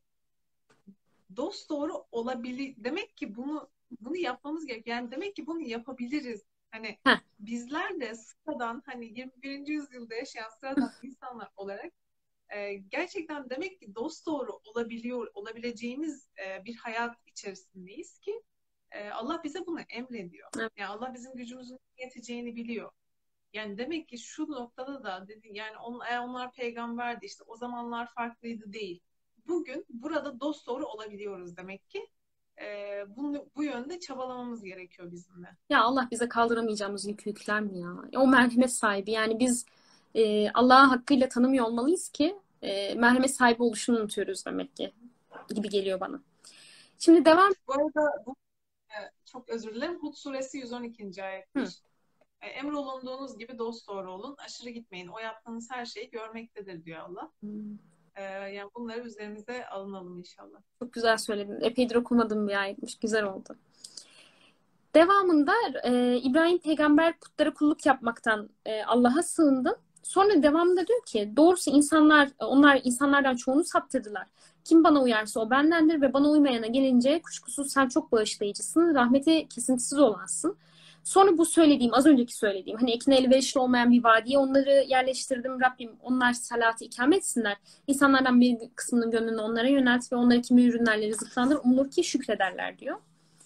dost doğru olabilir. Demek ki bunu bunu yapmamız gerek. Yani demek ki bunu yapabiliriz. Hani Heh, bizler de sıradan hani yirmi birinci yüzyılda yaşayan sıradan insanlar olarak e, gerçekten demek ki dost doğru olabiliyor olabileceğimiz e, bir hayat içerisindeyiz ki e, Allah bize bunu emrediyor. evet. Yani Allah bizim gücümüzün yeteceğini biliyor. Yani demek ki şu noktada da dedi, yani on, eğer onlar peygamberdi işte o zamanlar farklıydı değil. Bugün burada dosdoğru olabiliyoruz demek ki. Ee, bunu, bu yönde çabalamamız gerekiyor bizim de. Ya Allah bize kaldıramayacağımız yükü yükler mi ya? Ya o merhamet sahibi. Yani biz e, Allah'ı hakkıyla tanımıyor olmalıyız ki e, merhamet sahibi oluşunu unutuyoruz demek ki gibi geliyor bana. Şimdi devam. Bu arada bu e, çok özür dilerim. Hud suresi yüz on ikinci Hı. ayetmiş. E, emrolunduğunuz gibi dosdoğru olun, aşırı gitmeyin. O yaptığınız her şeyi görmektedir diyor Allah. Hmm, E, yani bunları üzerimize alınalım inşallah. Çok güzel söyledin. Epeydir okumadığım bir ayetmiş. Güzel oldu. Devamında e, İbrahim peygamber putlara kulluk yapmaktan e, Allah'a sığındı. Sonra devamında diyor ki doğrusu insanlar onlar insanlardan çoğunu saptırdılar. Kim bana uyarsa o bendendir ve bana uymayana gelince kuşkusuz sen çok bağışlayıcısın, rahmeti kesintisiz olansın. Sonra bu söylediğim, az önceki söylediğim, hani ekine elverişli olmayan bir vadiye onları yerleştirdim. Rabbim onlar salatı ikame etsinler. İnsanlardan bir kısmının gönlünü onlara yönelt ve onları kimi ürünlerle rızıklandır. Umulur ki şükrederler diyor.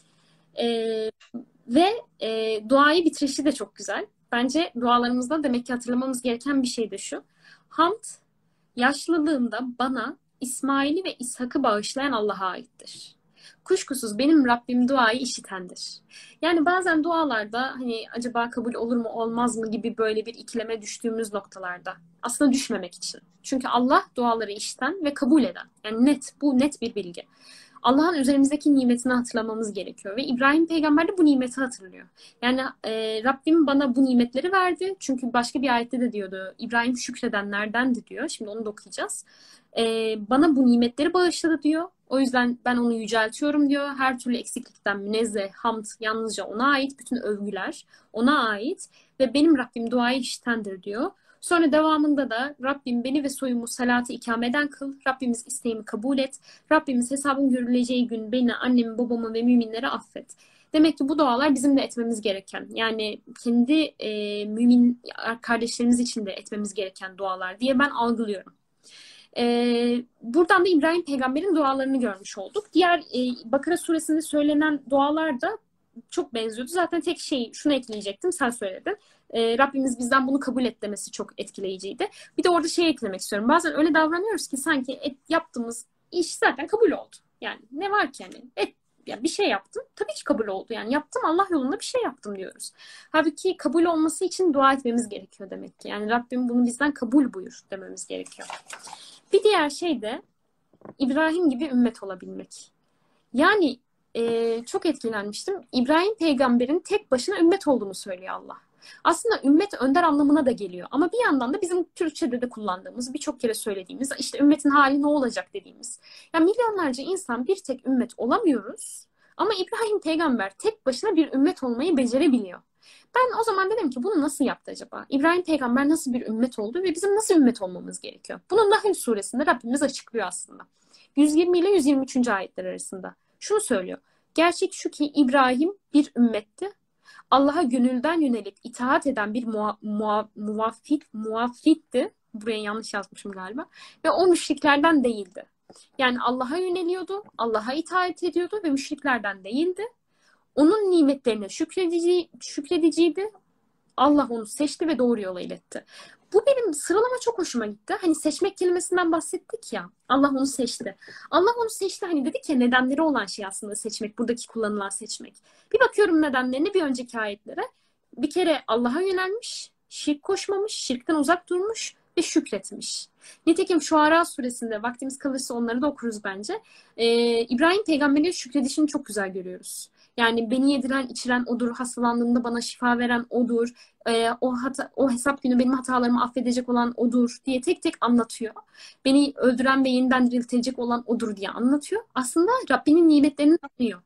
Ee, ve e, duayı bitirişi de çok güzel. Bence dualarımızda demek ki hatırlamamız gereken bir şey de şu. Hamd, yaşlılığımda bana İsmail'i ve İshak'ı bağışlayan Allah'a aittir. Kuşkusuz benim Rabbim duayı işitendir. Yani bazen dualarda hani acaba kabul olur mu olmaz mı gibi böyle bir ikileme düştüğümüz noktalarda aslında düşmemek için. Çünkü Allah duaları işiten ve kabul eden. Yani net, bu net bir bilgi. Allah'ın üzerimizdeki nimetini hatırlamamız gerekiyor. Ve İbrahim peygamber de bu nimeti hatırlıyor. Yani e, Rabbim bana bu nimetleri verdi. Çünkü başka bir ayette de diyordu. İbrahim şükredenlerdendi diyor. Şimdi onu da okuyacağız. E, bana bu nimetleri bağışladı diyor. O yüzden ben onu yüceltiyorum diyor. Her türlü eksiklikten münezzeh, hamd yalnızca ona ait. Bütün övgüler ona ait. Ve benim Rabbim duayı işitendir diyor. Sonra devamında da Rabbim beni ve soyumu salatı ikameden kıl. Rabbimiz isteğimi kabul et. Rabbimiz hesabın görüleceği gün beni, annemi, babamı ve müminleri affet. Demek ki bu dualar bizim de etmemiz gereken, yani kendi e, mümin kardeşlerimiz için de etmemiz gereken dualar diye ben algılıyorum. Ee, buradan da İbrahim peygamberin dualarını görmüş olduk. Diğer e, Bakara suresinde söylenen dualar da çok benziyordu. Zaten tek şey şunu ekleyecektim, sen söyledin. Ee, Rabbimiz bizden bunu kabul et demesi çok etkileyiciydi. Bir de orada şey eklemek istiyorum. Bazen öyle davranıyoruz ki sanki et, yaptığımız iş zaten kabul oldu. Yani ne var ki yani? Et, ya bir şey yaptım. Tabii ki kabul oldu. Yani yaptım, Allah yolunda bir şey yaptım diyoruz. Halbuki kabul olması için dua etmemiz gerekiyor demek ki. Yani Rabbim bunu bizden kabul buyur dememiz gerekiyor. Bir diğer şey de İbrahim gibi ümmet olabilmek. Yani e, çok etkilenmiştim. İbrahim peygamberin tek başına ümmet olduğunu söylüyor Allah. Aslında ümmet önder anlamına da geliyor. Ama bir yandan da bizim Türkçe'de de kullandığımız, birçok kere söylediğimiz, işte ümmetin hali ne olacak dediğimiz. Yani milyonlarca insan bir tek ümmet olamıyoruz. Ama İbrahim peygamber tek başına bir ümmet olmayı becerebiliyor. Ben o zaman dedim ki bunu nasıl yaptı acaba? İbrahim peygamber nasıl bir ümmet oldu ve bizim nasıl ümmet olmamız gerekiyor? Bunu Nahl suresinde Rabbimiz açıklıyor aslında. yüz yirmi ile yüz yirmi üçüncü ayetler arasında. Şunu söylüyor. Gerçek şu ki İbrahim bir ümmetti. Allah'a gönülden yönelip itaat eden bir muva, muva, muvafit, muvaffitti. Buraya yanlış yazmışım galiba. Ve o müşriklerden değildi. Yani Allah'a yöneliyordu, Allah'a itaat ediyordu ve müşriklerden değildi. Onun nimetlerine şükredici, şükrediciydi. Allah onu seçti ve doğru yola iletti. Bu benim sıralama çok hoşuma gitti. Hani seçmek kelimesinden bahsettik ya. Allah onu seçti. Allah onu seçti. Hani dedik ya, nedenleri olan şey aslında seçmek. Buradaki kullanılan seçmek. Bir bakıyorum nedenlerine, bir önceki ayetlere. Bir kere Allah'a yönelmiş, şirk koşmamış, şirkten uzak durmuş ve şükretmiş. Nitekim Şuara suresinde, vaktimiz kalırsa onları da okuruz bence. Ee, İbrahim peygamberin şükredişini çok güzel görüyoruz. Yani beni yediren, içiren odur, hastalandığımda bana şifa veren odur, e, o, hata, o hesap günü benim hatalarımı affedecek olan odur diye tek tek anlatıyor. Beni öldüren ve yeniden diriltecek olan odur diye anlatıyor. Aslında Rabbinin nimetlerini anlıyor.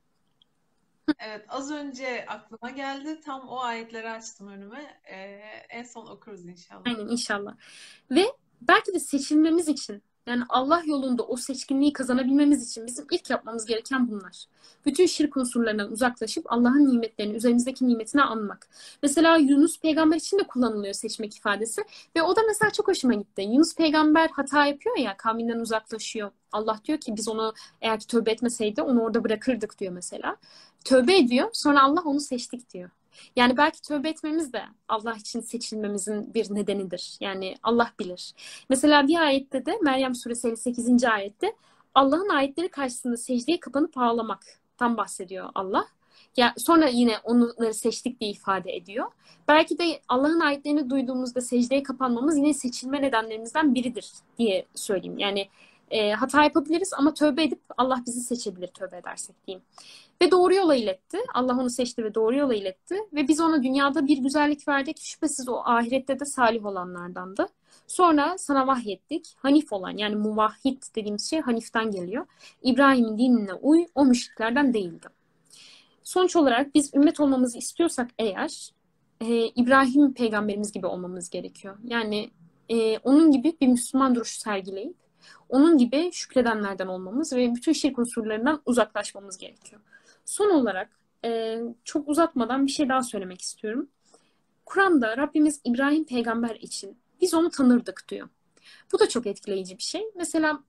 Evet, az önce aklıma geldi. Tam o ayetleri açtım önüme. Ee, en son okuruz inşallah. Aynen, inşallah. Ve belki de seçilmemiz için, yani Allah yolunda o seçkinliği kazanabilmemiz için bizim ilk yapmamız gereken bunlar. Bütün şirk unsurlarından uzaklaşıp Allah'ın nimetlerini, üzerimizdeki nimetini anmak. Mesela Yunus peygamber için de kullanılıyor seçmek ifadesi. Ve o da mesela çok hoşuma gitti. Yunus peygamber hata yapıyor ya, kavminden uzaklaşıyor. Allah diyor ki biz onu, eğer ki tövbe etmeseydi onu orada bırakırdık diyor mesela. Tövbe ediyor, sonra Allah onu seçtik diyor. Yani belki tövbe etmemiz de Allah için seçilmemizin bir nedenidir. Yani Allah bilir. Mesela bir ayette de, Meryem suresi elli sekizinci ayette, Allah'ın ayetleri karşısında secdeye kapanıp ağlamaktan bahsediyor Allah. Ya sonra yine onları seçtik diye ifade ediyor. Belki de Allah'ın ayetlerini duyduğumuzda secdeye kapanmamız yine seçilme nedenlerimizden biridir diye söyleyeyim. Yani e, hata yapabiliriz ama tövbe edip Allah bizi seçebilir tövbe edersek diyeyim. Ve doğru yola iletti. Allah onu seçti ve doğru yola iletti. Ve biz ona dünyada bir güzellik verdik. Şüphesiz o ahirette de salih olanlardandı. Sonra sana vahyettik. Hanif olan, yani muvahhid dediğimiz şey Hanif'ten geliyor. İbrahim'in dinine uy, o müşriklerden değildi. Sonuç olarak biz ümmet olmamızı istiyorsak eğer, e, İbrahim peygamberimiz gibi olmamız gerekiyor. Yani e, onun gibi bir Müslüman duruşu sergileyip onun gibi şükredenlerden olmamız ve bütün şirk unsurlarından uzaklaşmamız gerekiyor. Son olarak e, çok uzatmadan bir şey daha söylemek istiyorum. Kur'an'da Rabbimiz İbrahim peygamber için biz onu tanırdık diyor. Bu da çok etkileyici bir şey. Mesela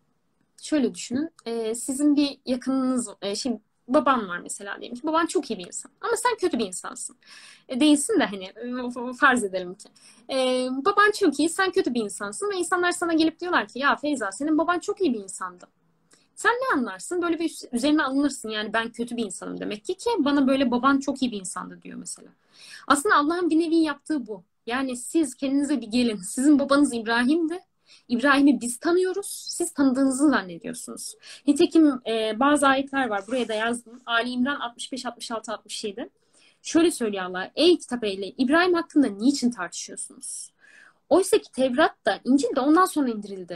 şöyle düşünün. E, sizin bir yakınınız, e, şimdi baban var mesela diyelim ki. Baban çok iyi bir insan. Ama sen kötü bir insansın. E, değilsin de hani e, farz edelim ki. E, baban çok iyi, sen kötü bir insansın ve insanlar sana gelip diyorlar ki ya Feyza, senin baban çok iyi bir insandı. Sen ne anlarsın? Böyle bir üzerine alınırsın. Yani ben kötü bir insanım demek ki ki bana böyle baban çok iyi bir insandı diyor mesela. Aslında Allah'ın bir nevi yaptığı bu. Yani siz kendinize bir gelin. Sizin babanız İbrahim'di. İbrahim'i biz tanıyoruz. Siz tanıdığınızı zannediyorsunuz. Nitekim e, bazı ayetler var. Buraya da yazdım. Ali İmran altmış beş, altmış altı, altmış yedi. Şöyle söylüyor Allah. Ey kitap ehli, İbrahim hakkında niçin tartışıyorsunuz? Oysa ki Tevrat da İncil de ondan sonra indirildi.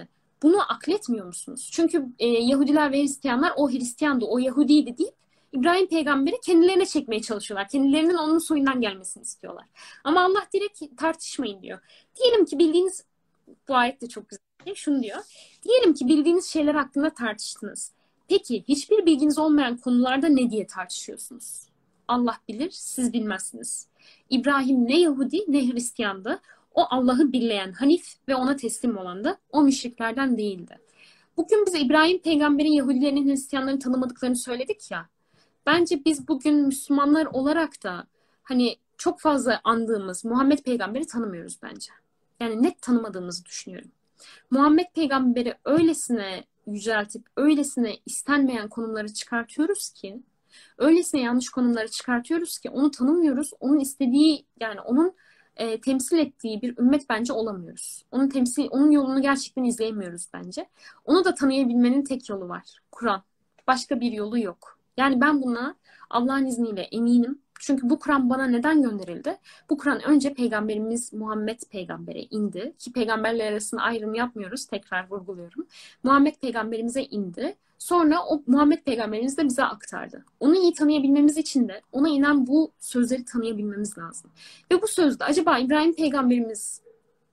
Bunu akletmiyor musunuz? Çünkü e, Yahudiler ve Hristiyanlar o Hristiyandı, o Yahudiydi deyip İbrahim peygamberi kendilerine çekmeye çalışıyorlar. Kendilerinin onun soyundan gelmesini istiyorlar. Ama Allah direkt tartışmayın diyor. Diyelim ki bildiğiniz, bu ayet de çok güzel. Şunu diyor. Diyelim ki bildiğiniz şeyler hakkında tartıştınız. Peki hiçbir bilginiz olmayan konularda ne diye tartışıyorsunuz? Allah bilir, siz bilmezsiniz. İbrahim ne Yahudi ne Hristiyandı. O Allah'ı birleyen Hanif ve ona teslim olandı. O müşriklerden değildi. Bugün bize İbrahim peygamberin Yahudilerin, Hristiyanların tanımadıklarını söyledik ya. Bence biz bugün Müslümanlar olarak da hani çok fazla andığımız Muhammed peygamberi tanımıyoruz bence. Yani net tanımadığımızı düşünüyorum. Muhammed peygamberi öylesine yüceltip, öylesine istenmeyen konumları çıkartıyoruz ki, öylesine yanlış konumları çıkartıyoruz ki onu tanımıyoruz. Onun istediği, yani onun e, temsil ettiği bir ümmet bence olamıyoruz. Onun temsil, onun yolunu gerçekten izleyemiyoruz bence. Onu da tanıyabilmenin tek yolu var. Kur'an. Başka bir yolu yok. Yani ben buna Allah'ın izniyle eminim. Çünkü bu Kur'an bana neden gönderildi? Bu Kur'an önce Peygamberimiz Muhammed peygambere indi. Ki peygamberler arasında ayrım yapmıyoruz. Tekrar vurguluyorum. Muhammed peygamberimize indi. Sonra o Muhammed peygamberimiz de bize aktardı. Onu iyi tanıyabilmemiz için de ona inen bu sözleri tanıyabilmemiz lazım. Ve bu sözde acaba İbrahim peygamberimiz,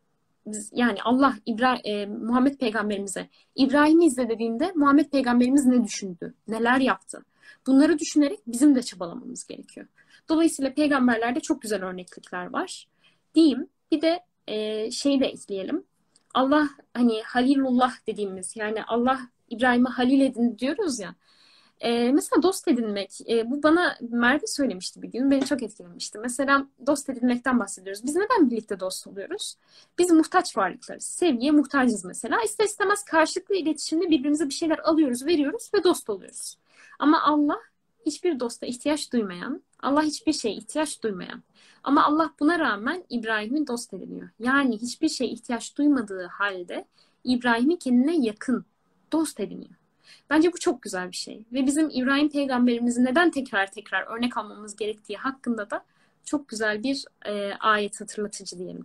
yani Allah İbra e, Muhammed peygamberimize İbrahim'i izle dediğinde Muhammed peygamberimiz ne düşündü? Neler yaptı? Bunları düşünerek bizim de çabalamamız gerekiyor. Dolayısıyla peygamberlerde çok güzel örneklikler var diyeyim. Bir de e, şeyi de ekleyelim. Allah hani Halilullah dediğimiz, yani Allah İbrahim'i halil edin diyoruz ya. E, mesela dost edinmek, e, bu bana Merve söylemişti bir gün. Beni çok etkilemişti. Mesela dost edinmekten bahsediyoruz. Biz neden birlikte dost oluyoruz? Biz muhtaç varlıklarız. Sevgiye muhtacız mesela. İster istemez karşılıklı iletişimde birbirimize bir şeyler alıyoruz, veriyoruz ve dost oluyoruz. Ama Allah hiçbir dosta ihtiyaç duymayan, Allah hiçbir şeye ihtiyaç duymayan. Ama Allah buna rağmen İbrahim'i dost ediniyor. Yani hiçbir şeye ihtiyaç duymadığı halde İbrahim'i kendine yakın, dost ediniyor. Bence bu çok güzel bir şey. Ve bizim İbrahim peygamberimizi neden tekrar tekrar örnek almamız gerektiği hakkında da çok güzel bir e, ayet hatırlatıcı diyelim.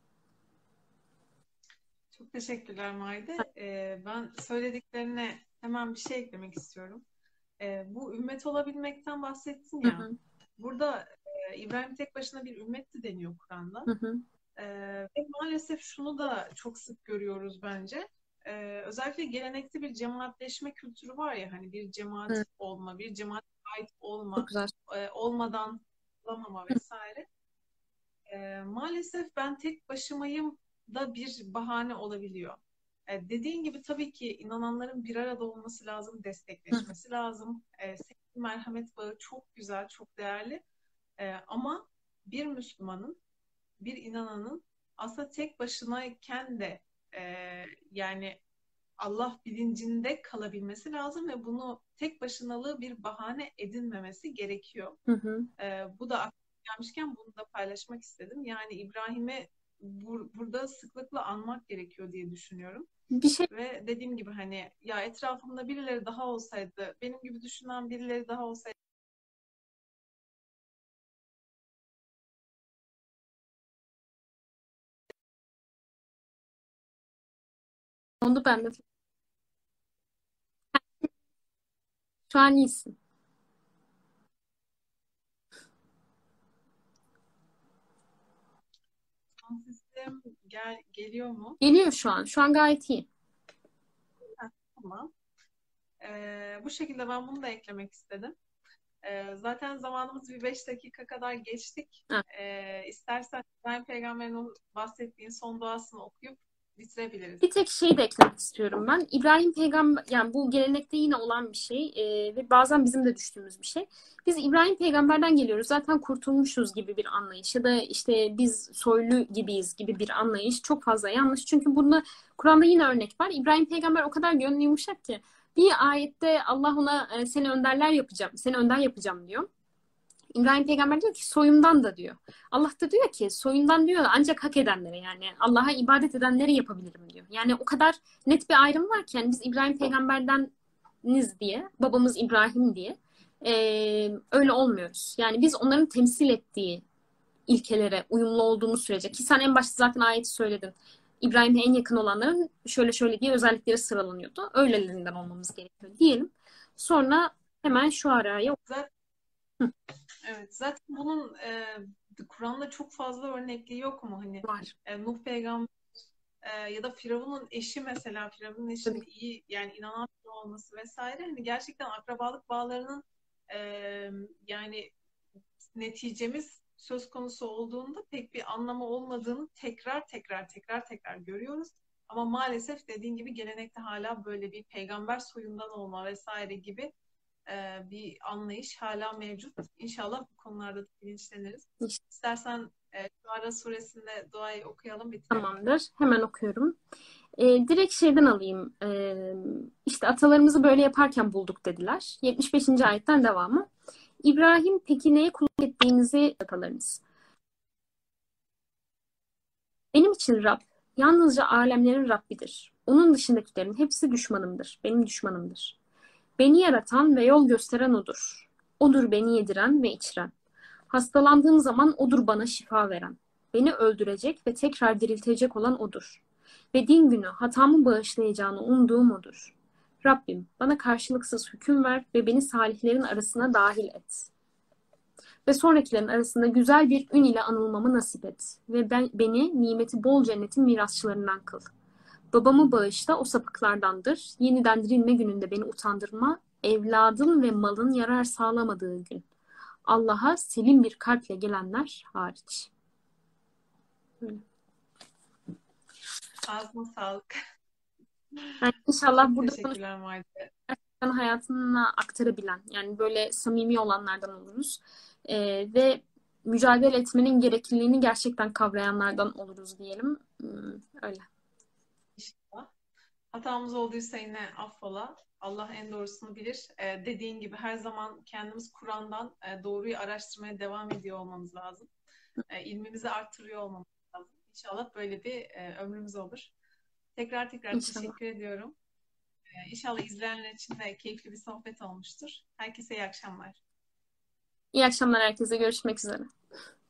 Çok teşekkürler Maide. Ee, ben söylediklerine hemen bir şey eklemek istiyorum. Ee, bu ümmet olabilmekten bahsettin ya. Hı hı. Burada e, İbrahim tek başına bir ümmetti deniyor Kur'an'da. Hı hı. Ee, ve maalesef şunu da çok sık görüyoruz bence. Ee, özellikle gelenekte bir cemaatleşme kültürü var ya, hani bir cemaat Hı. olma, bir cemaat ait olma, e, olmadan olamama vesaire. Ee, maalesef ben tek başımayım da bir bahane olabiliyor. Ee, dediğin gibi tabii ki inananların bir arada olması lazım, destekleşmesi Hı. lazım. Ee, sevgi, merhamet bağı çok güzel, çok değerli. Ee, ama bir Müslümanın, bir inananın aslında tek başınayken de e, yani Allah bilincinde kalabilmesi lazım ve bunu tek başınalığı bir bahane edinmemesi gerekiyor. Hı hı. Ee, bu da aklıma gelmişken bunu da paylaşmak istedim. Yani İbrahim'i bur- burada sıklıkla anmak gerekiyor diye düşünüyorum. Bir şey... Ve dediğim gibi hani ya etrafımda birileri daha olsaydı, benim gibi düşünen birileri daha olsaydı. Onu ben de. Şu an iyisin. Sistem gel geliyor mu? Geliyor şu an. Şu an gayet iyi. Heh, tamam. Ee, bu şekilde ben bunu da eklemek istedim. Ee, zaten zamanımız bir beş dakika kadar geçtik. Ee, istersen İbrahim Peygamber'in o bahsettiğin son duasını okuyup bitirebiliriz. Bir tek şey de eklemek istiyorum ben. İbrahim Peygamber, yani bu gelenekte yine olan bir şey ee, ve bazen bizim de düştüğümüz bir şey. Biz İbrahim Peygamber'den geliyoruz. Zaten kurtulmuşuz gibi bir anlayış ya da işte biz soylu gibiyiz gibi bir anlayış çok fazla yanlış. Çünkü bunda Kur'an'da yine örnek var. İbrahim Peygamber o kadar gönlü yumuşak ki bir ayette Allah ona seni önderler yapacağım, seni önder yapacağım diyor. İbrahim Peygamber diyor ki soyumdan da diyor. Allah da diyor ki soyundan diyor ancak hak edenlere, yani Allah'a ibadet edenlere yapabilirim diyor. Yani o kadar net bir ayrım var ki yani biz İbrahim Peygamberdeniz diye, babamız İbrahim diye e, öyle olmuyoruz. Yani biz onların temsil ettiği ilkelere uyumlu olduğumuz sürece, ki sen en başta zaten ayeti söyledin. İbrahim'e en yakın olanların şöyle şöyle diye özellikleri sıralanıyordu. Öylelerinden olmamız gerekiyor diyelim. Sonra hemen şu araya Zaten, evet, zaten bunun e, Kur'an'da çok fazla örnekliği yok mu? Hani var. e, Nuh peygamber e, ya da Firavun'un eşi, mesela Firavun'un eşinin Tabii. iyi, yani inanan biri olması vesaire, hani gerçekten akrabalık bağlarının e, yani neticemiz söz konusu olduğunda pek bir anlamı olmadığını tekrar tekrar tekrar tekrar görüyoruz. Ama maalesef dediğin gibi gelenekte hala böyle bir peygamber soyundan olma vesaire gibi e, bir anlayış hala mevcut. İnşallah bu konularda da bilinçleniriz. İşte, İstersen e, Şuara suresinde duayı okuyalım, bitirelim. tamamdır. Hemen okuyorum. E, direkt şeyden alayım. E, işte atalarımızı böyle yaparken bulduk dediler. yetmiş beşinci ayetten devamı. İbrahim peki neye kulluk ettiğinizi atalarımız. Benim için Rab yalnızca alemlerin Rabbidir. Onun dışındakilerin hepsi düşmanımdır. Benim düşmanımdır. Beni yaratan ve yol gösteren O'dur. O'dur beni yediren ve içiren. Hastalandığım zaman O'dur bana şifa veren. Beni öldürecek ve tekrar diriltecek olan O'dur. Ve din günü hatamı bağışlayacağını umduğum O'dur. Rabbim bana karşılıksız hüküm ver ve beni salihlerin arasına dahil et. Ve sonrakilerin arasında güzel bir ün ile anılmamı nasip et. Ve ben, beni nimeti bol cennetin mirasçılarından kıl. Babamı bağışla, o sapıklardandır. Yeniden dirilme gününde beni utandırma, evladın ve malın yarar sağlamadığı gün. Allah'a selim bir kalple gelenler hariç. Böyle. Ağzına sağlık. Yani inşallah Çok burada teşekkürler Maide. konuşan hayatına aktarabilen, yani böyle samimi olanlardan oluruz. Ee, ve mücadele etmenin gerekliliğini gerçekten kavrayanlardan oluruz diyelim. Hmm, öyle. İnşallah. Hatamız olduysa yine affola. Allah en doğrusunu bilir. Ee, dediğin gibi her zaman kendimiz Kur'an'dan e, doğruyu araştırmaya devam ediyor olmamız lazım. E, ilmimizi arttırıyor olmamız lazım. İnşallah böyle bir e, ömrümüz olur. Tekrar tekrar İnşallah. teşekkür ediyorum. E, İnşallah izleyenler için de keyifli bir sohbet olmuştur. Herkese iyi akşamlar. İyi akşamlar herkese. Görüşmek üzere.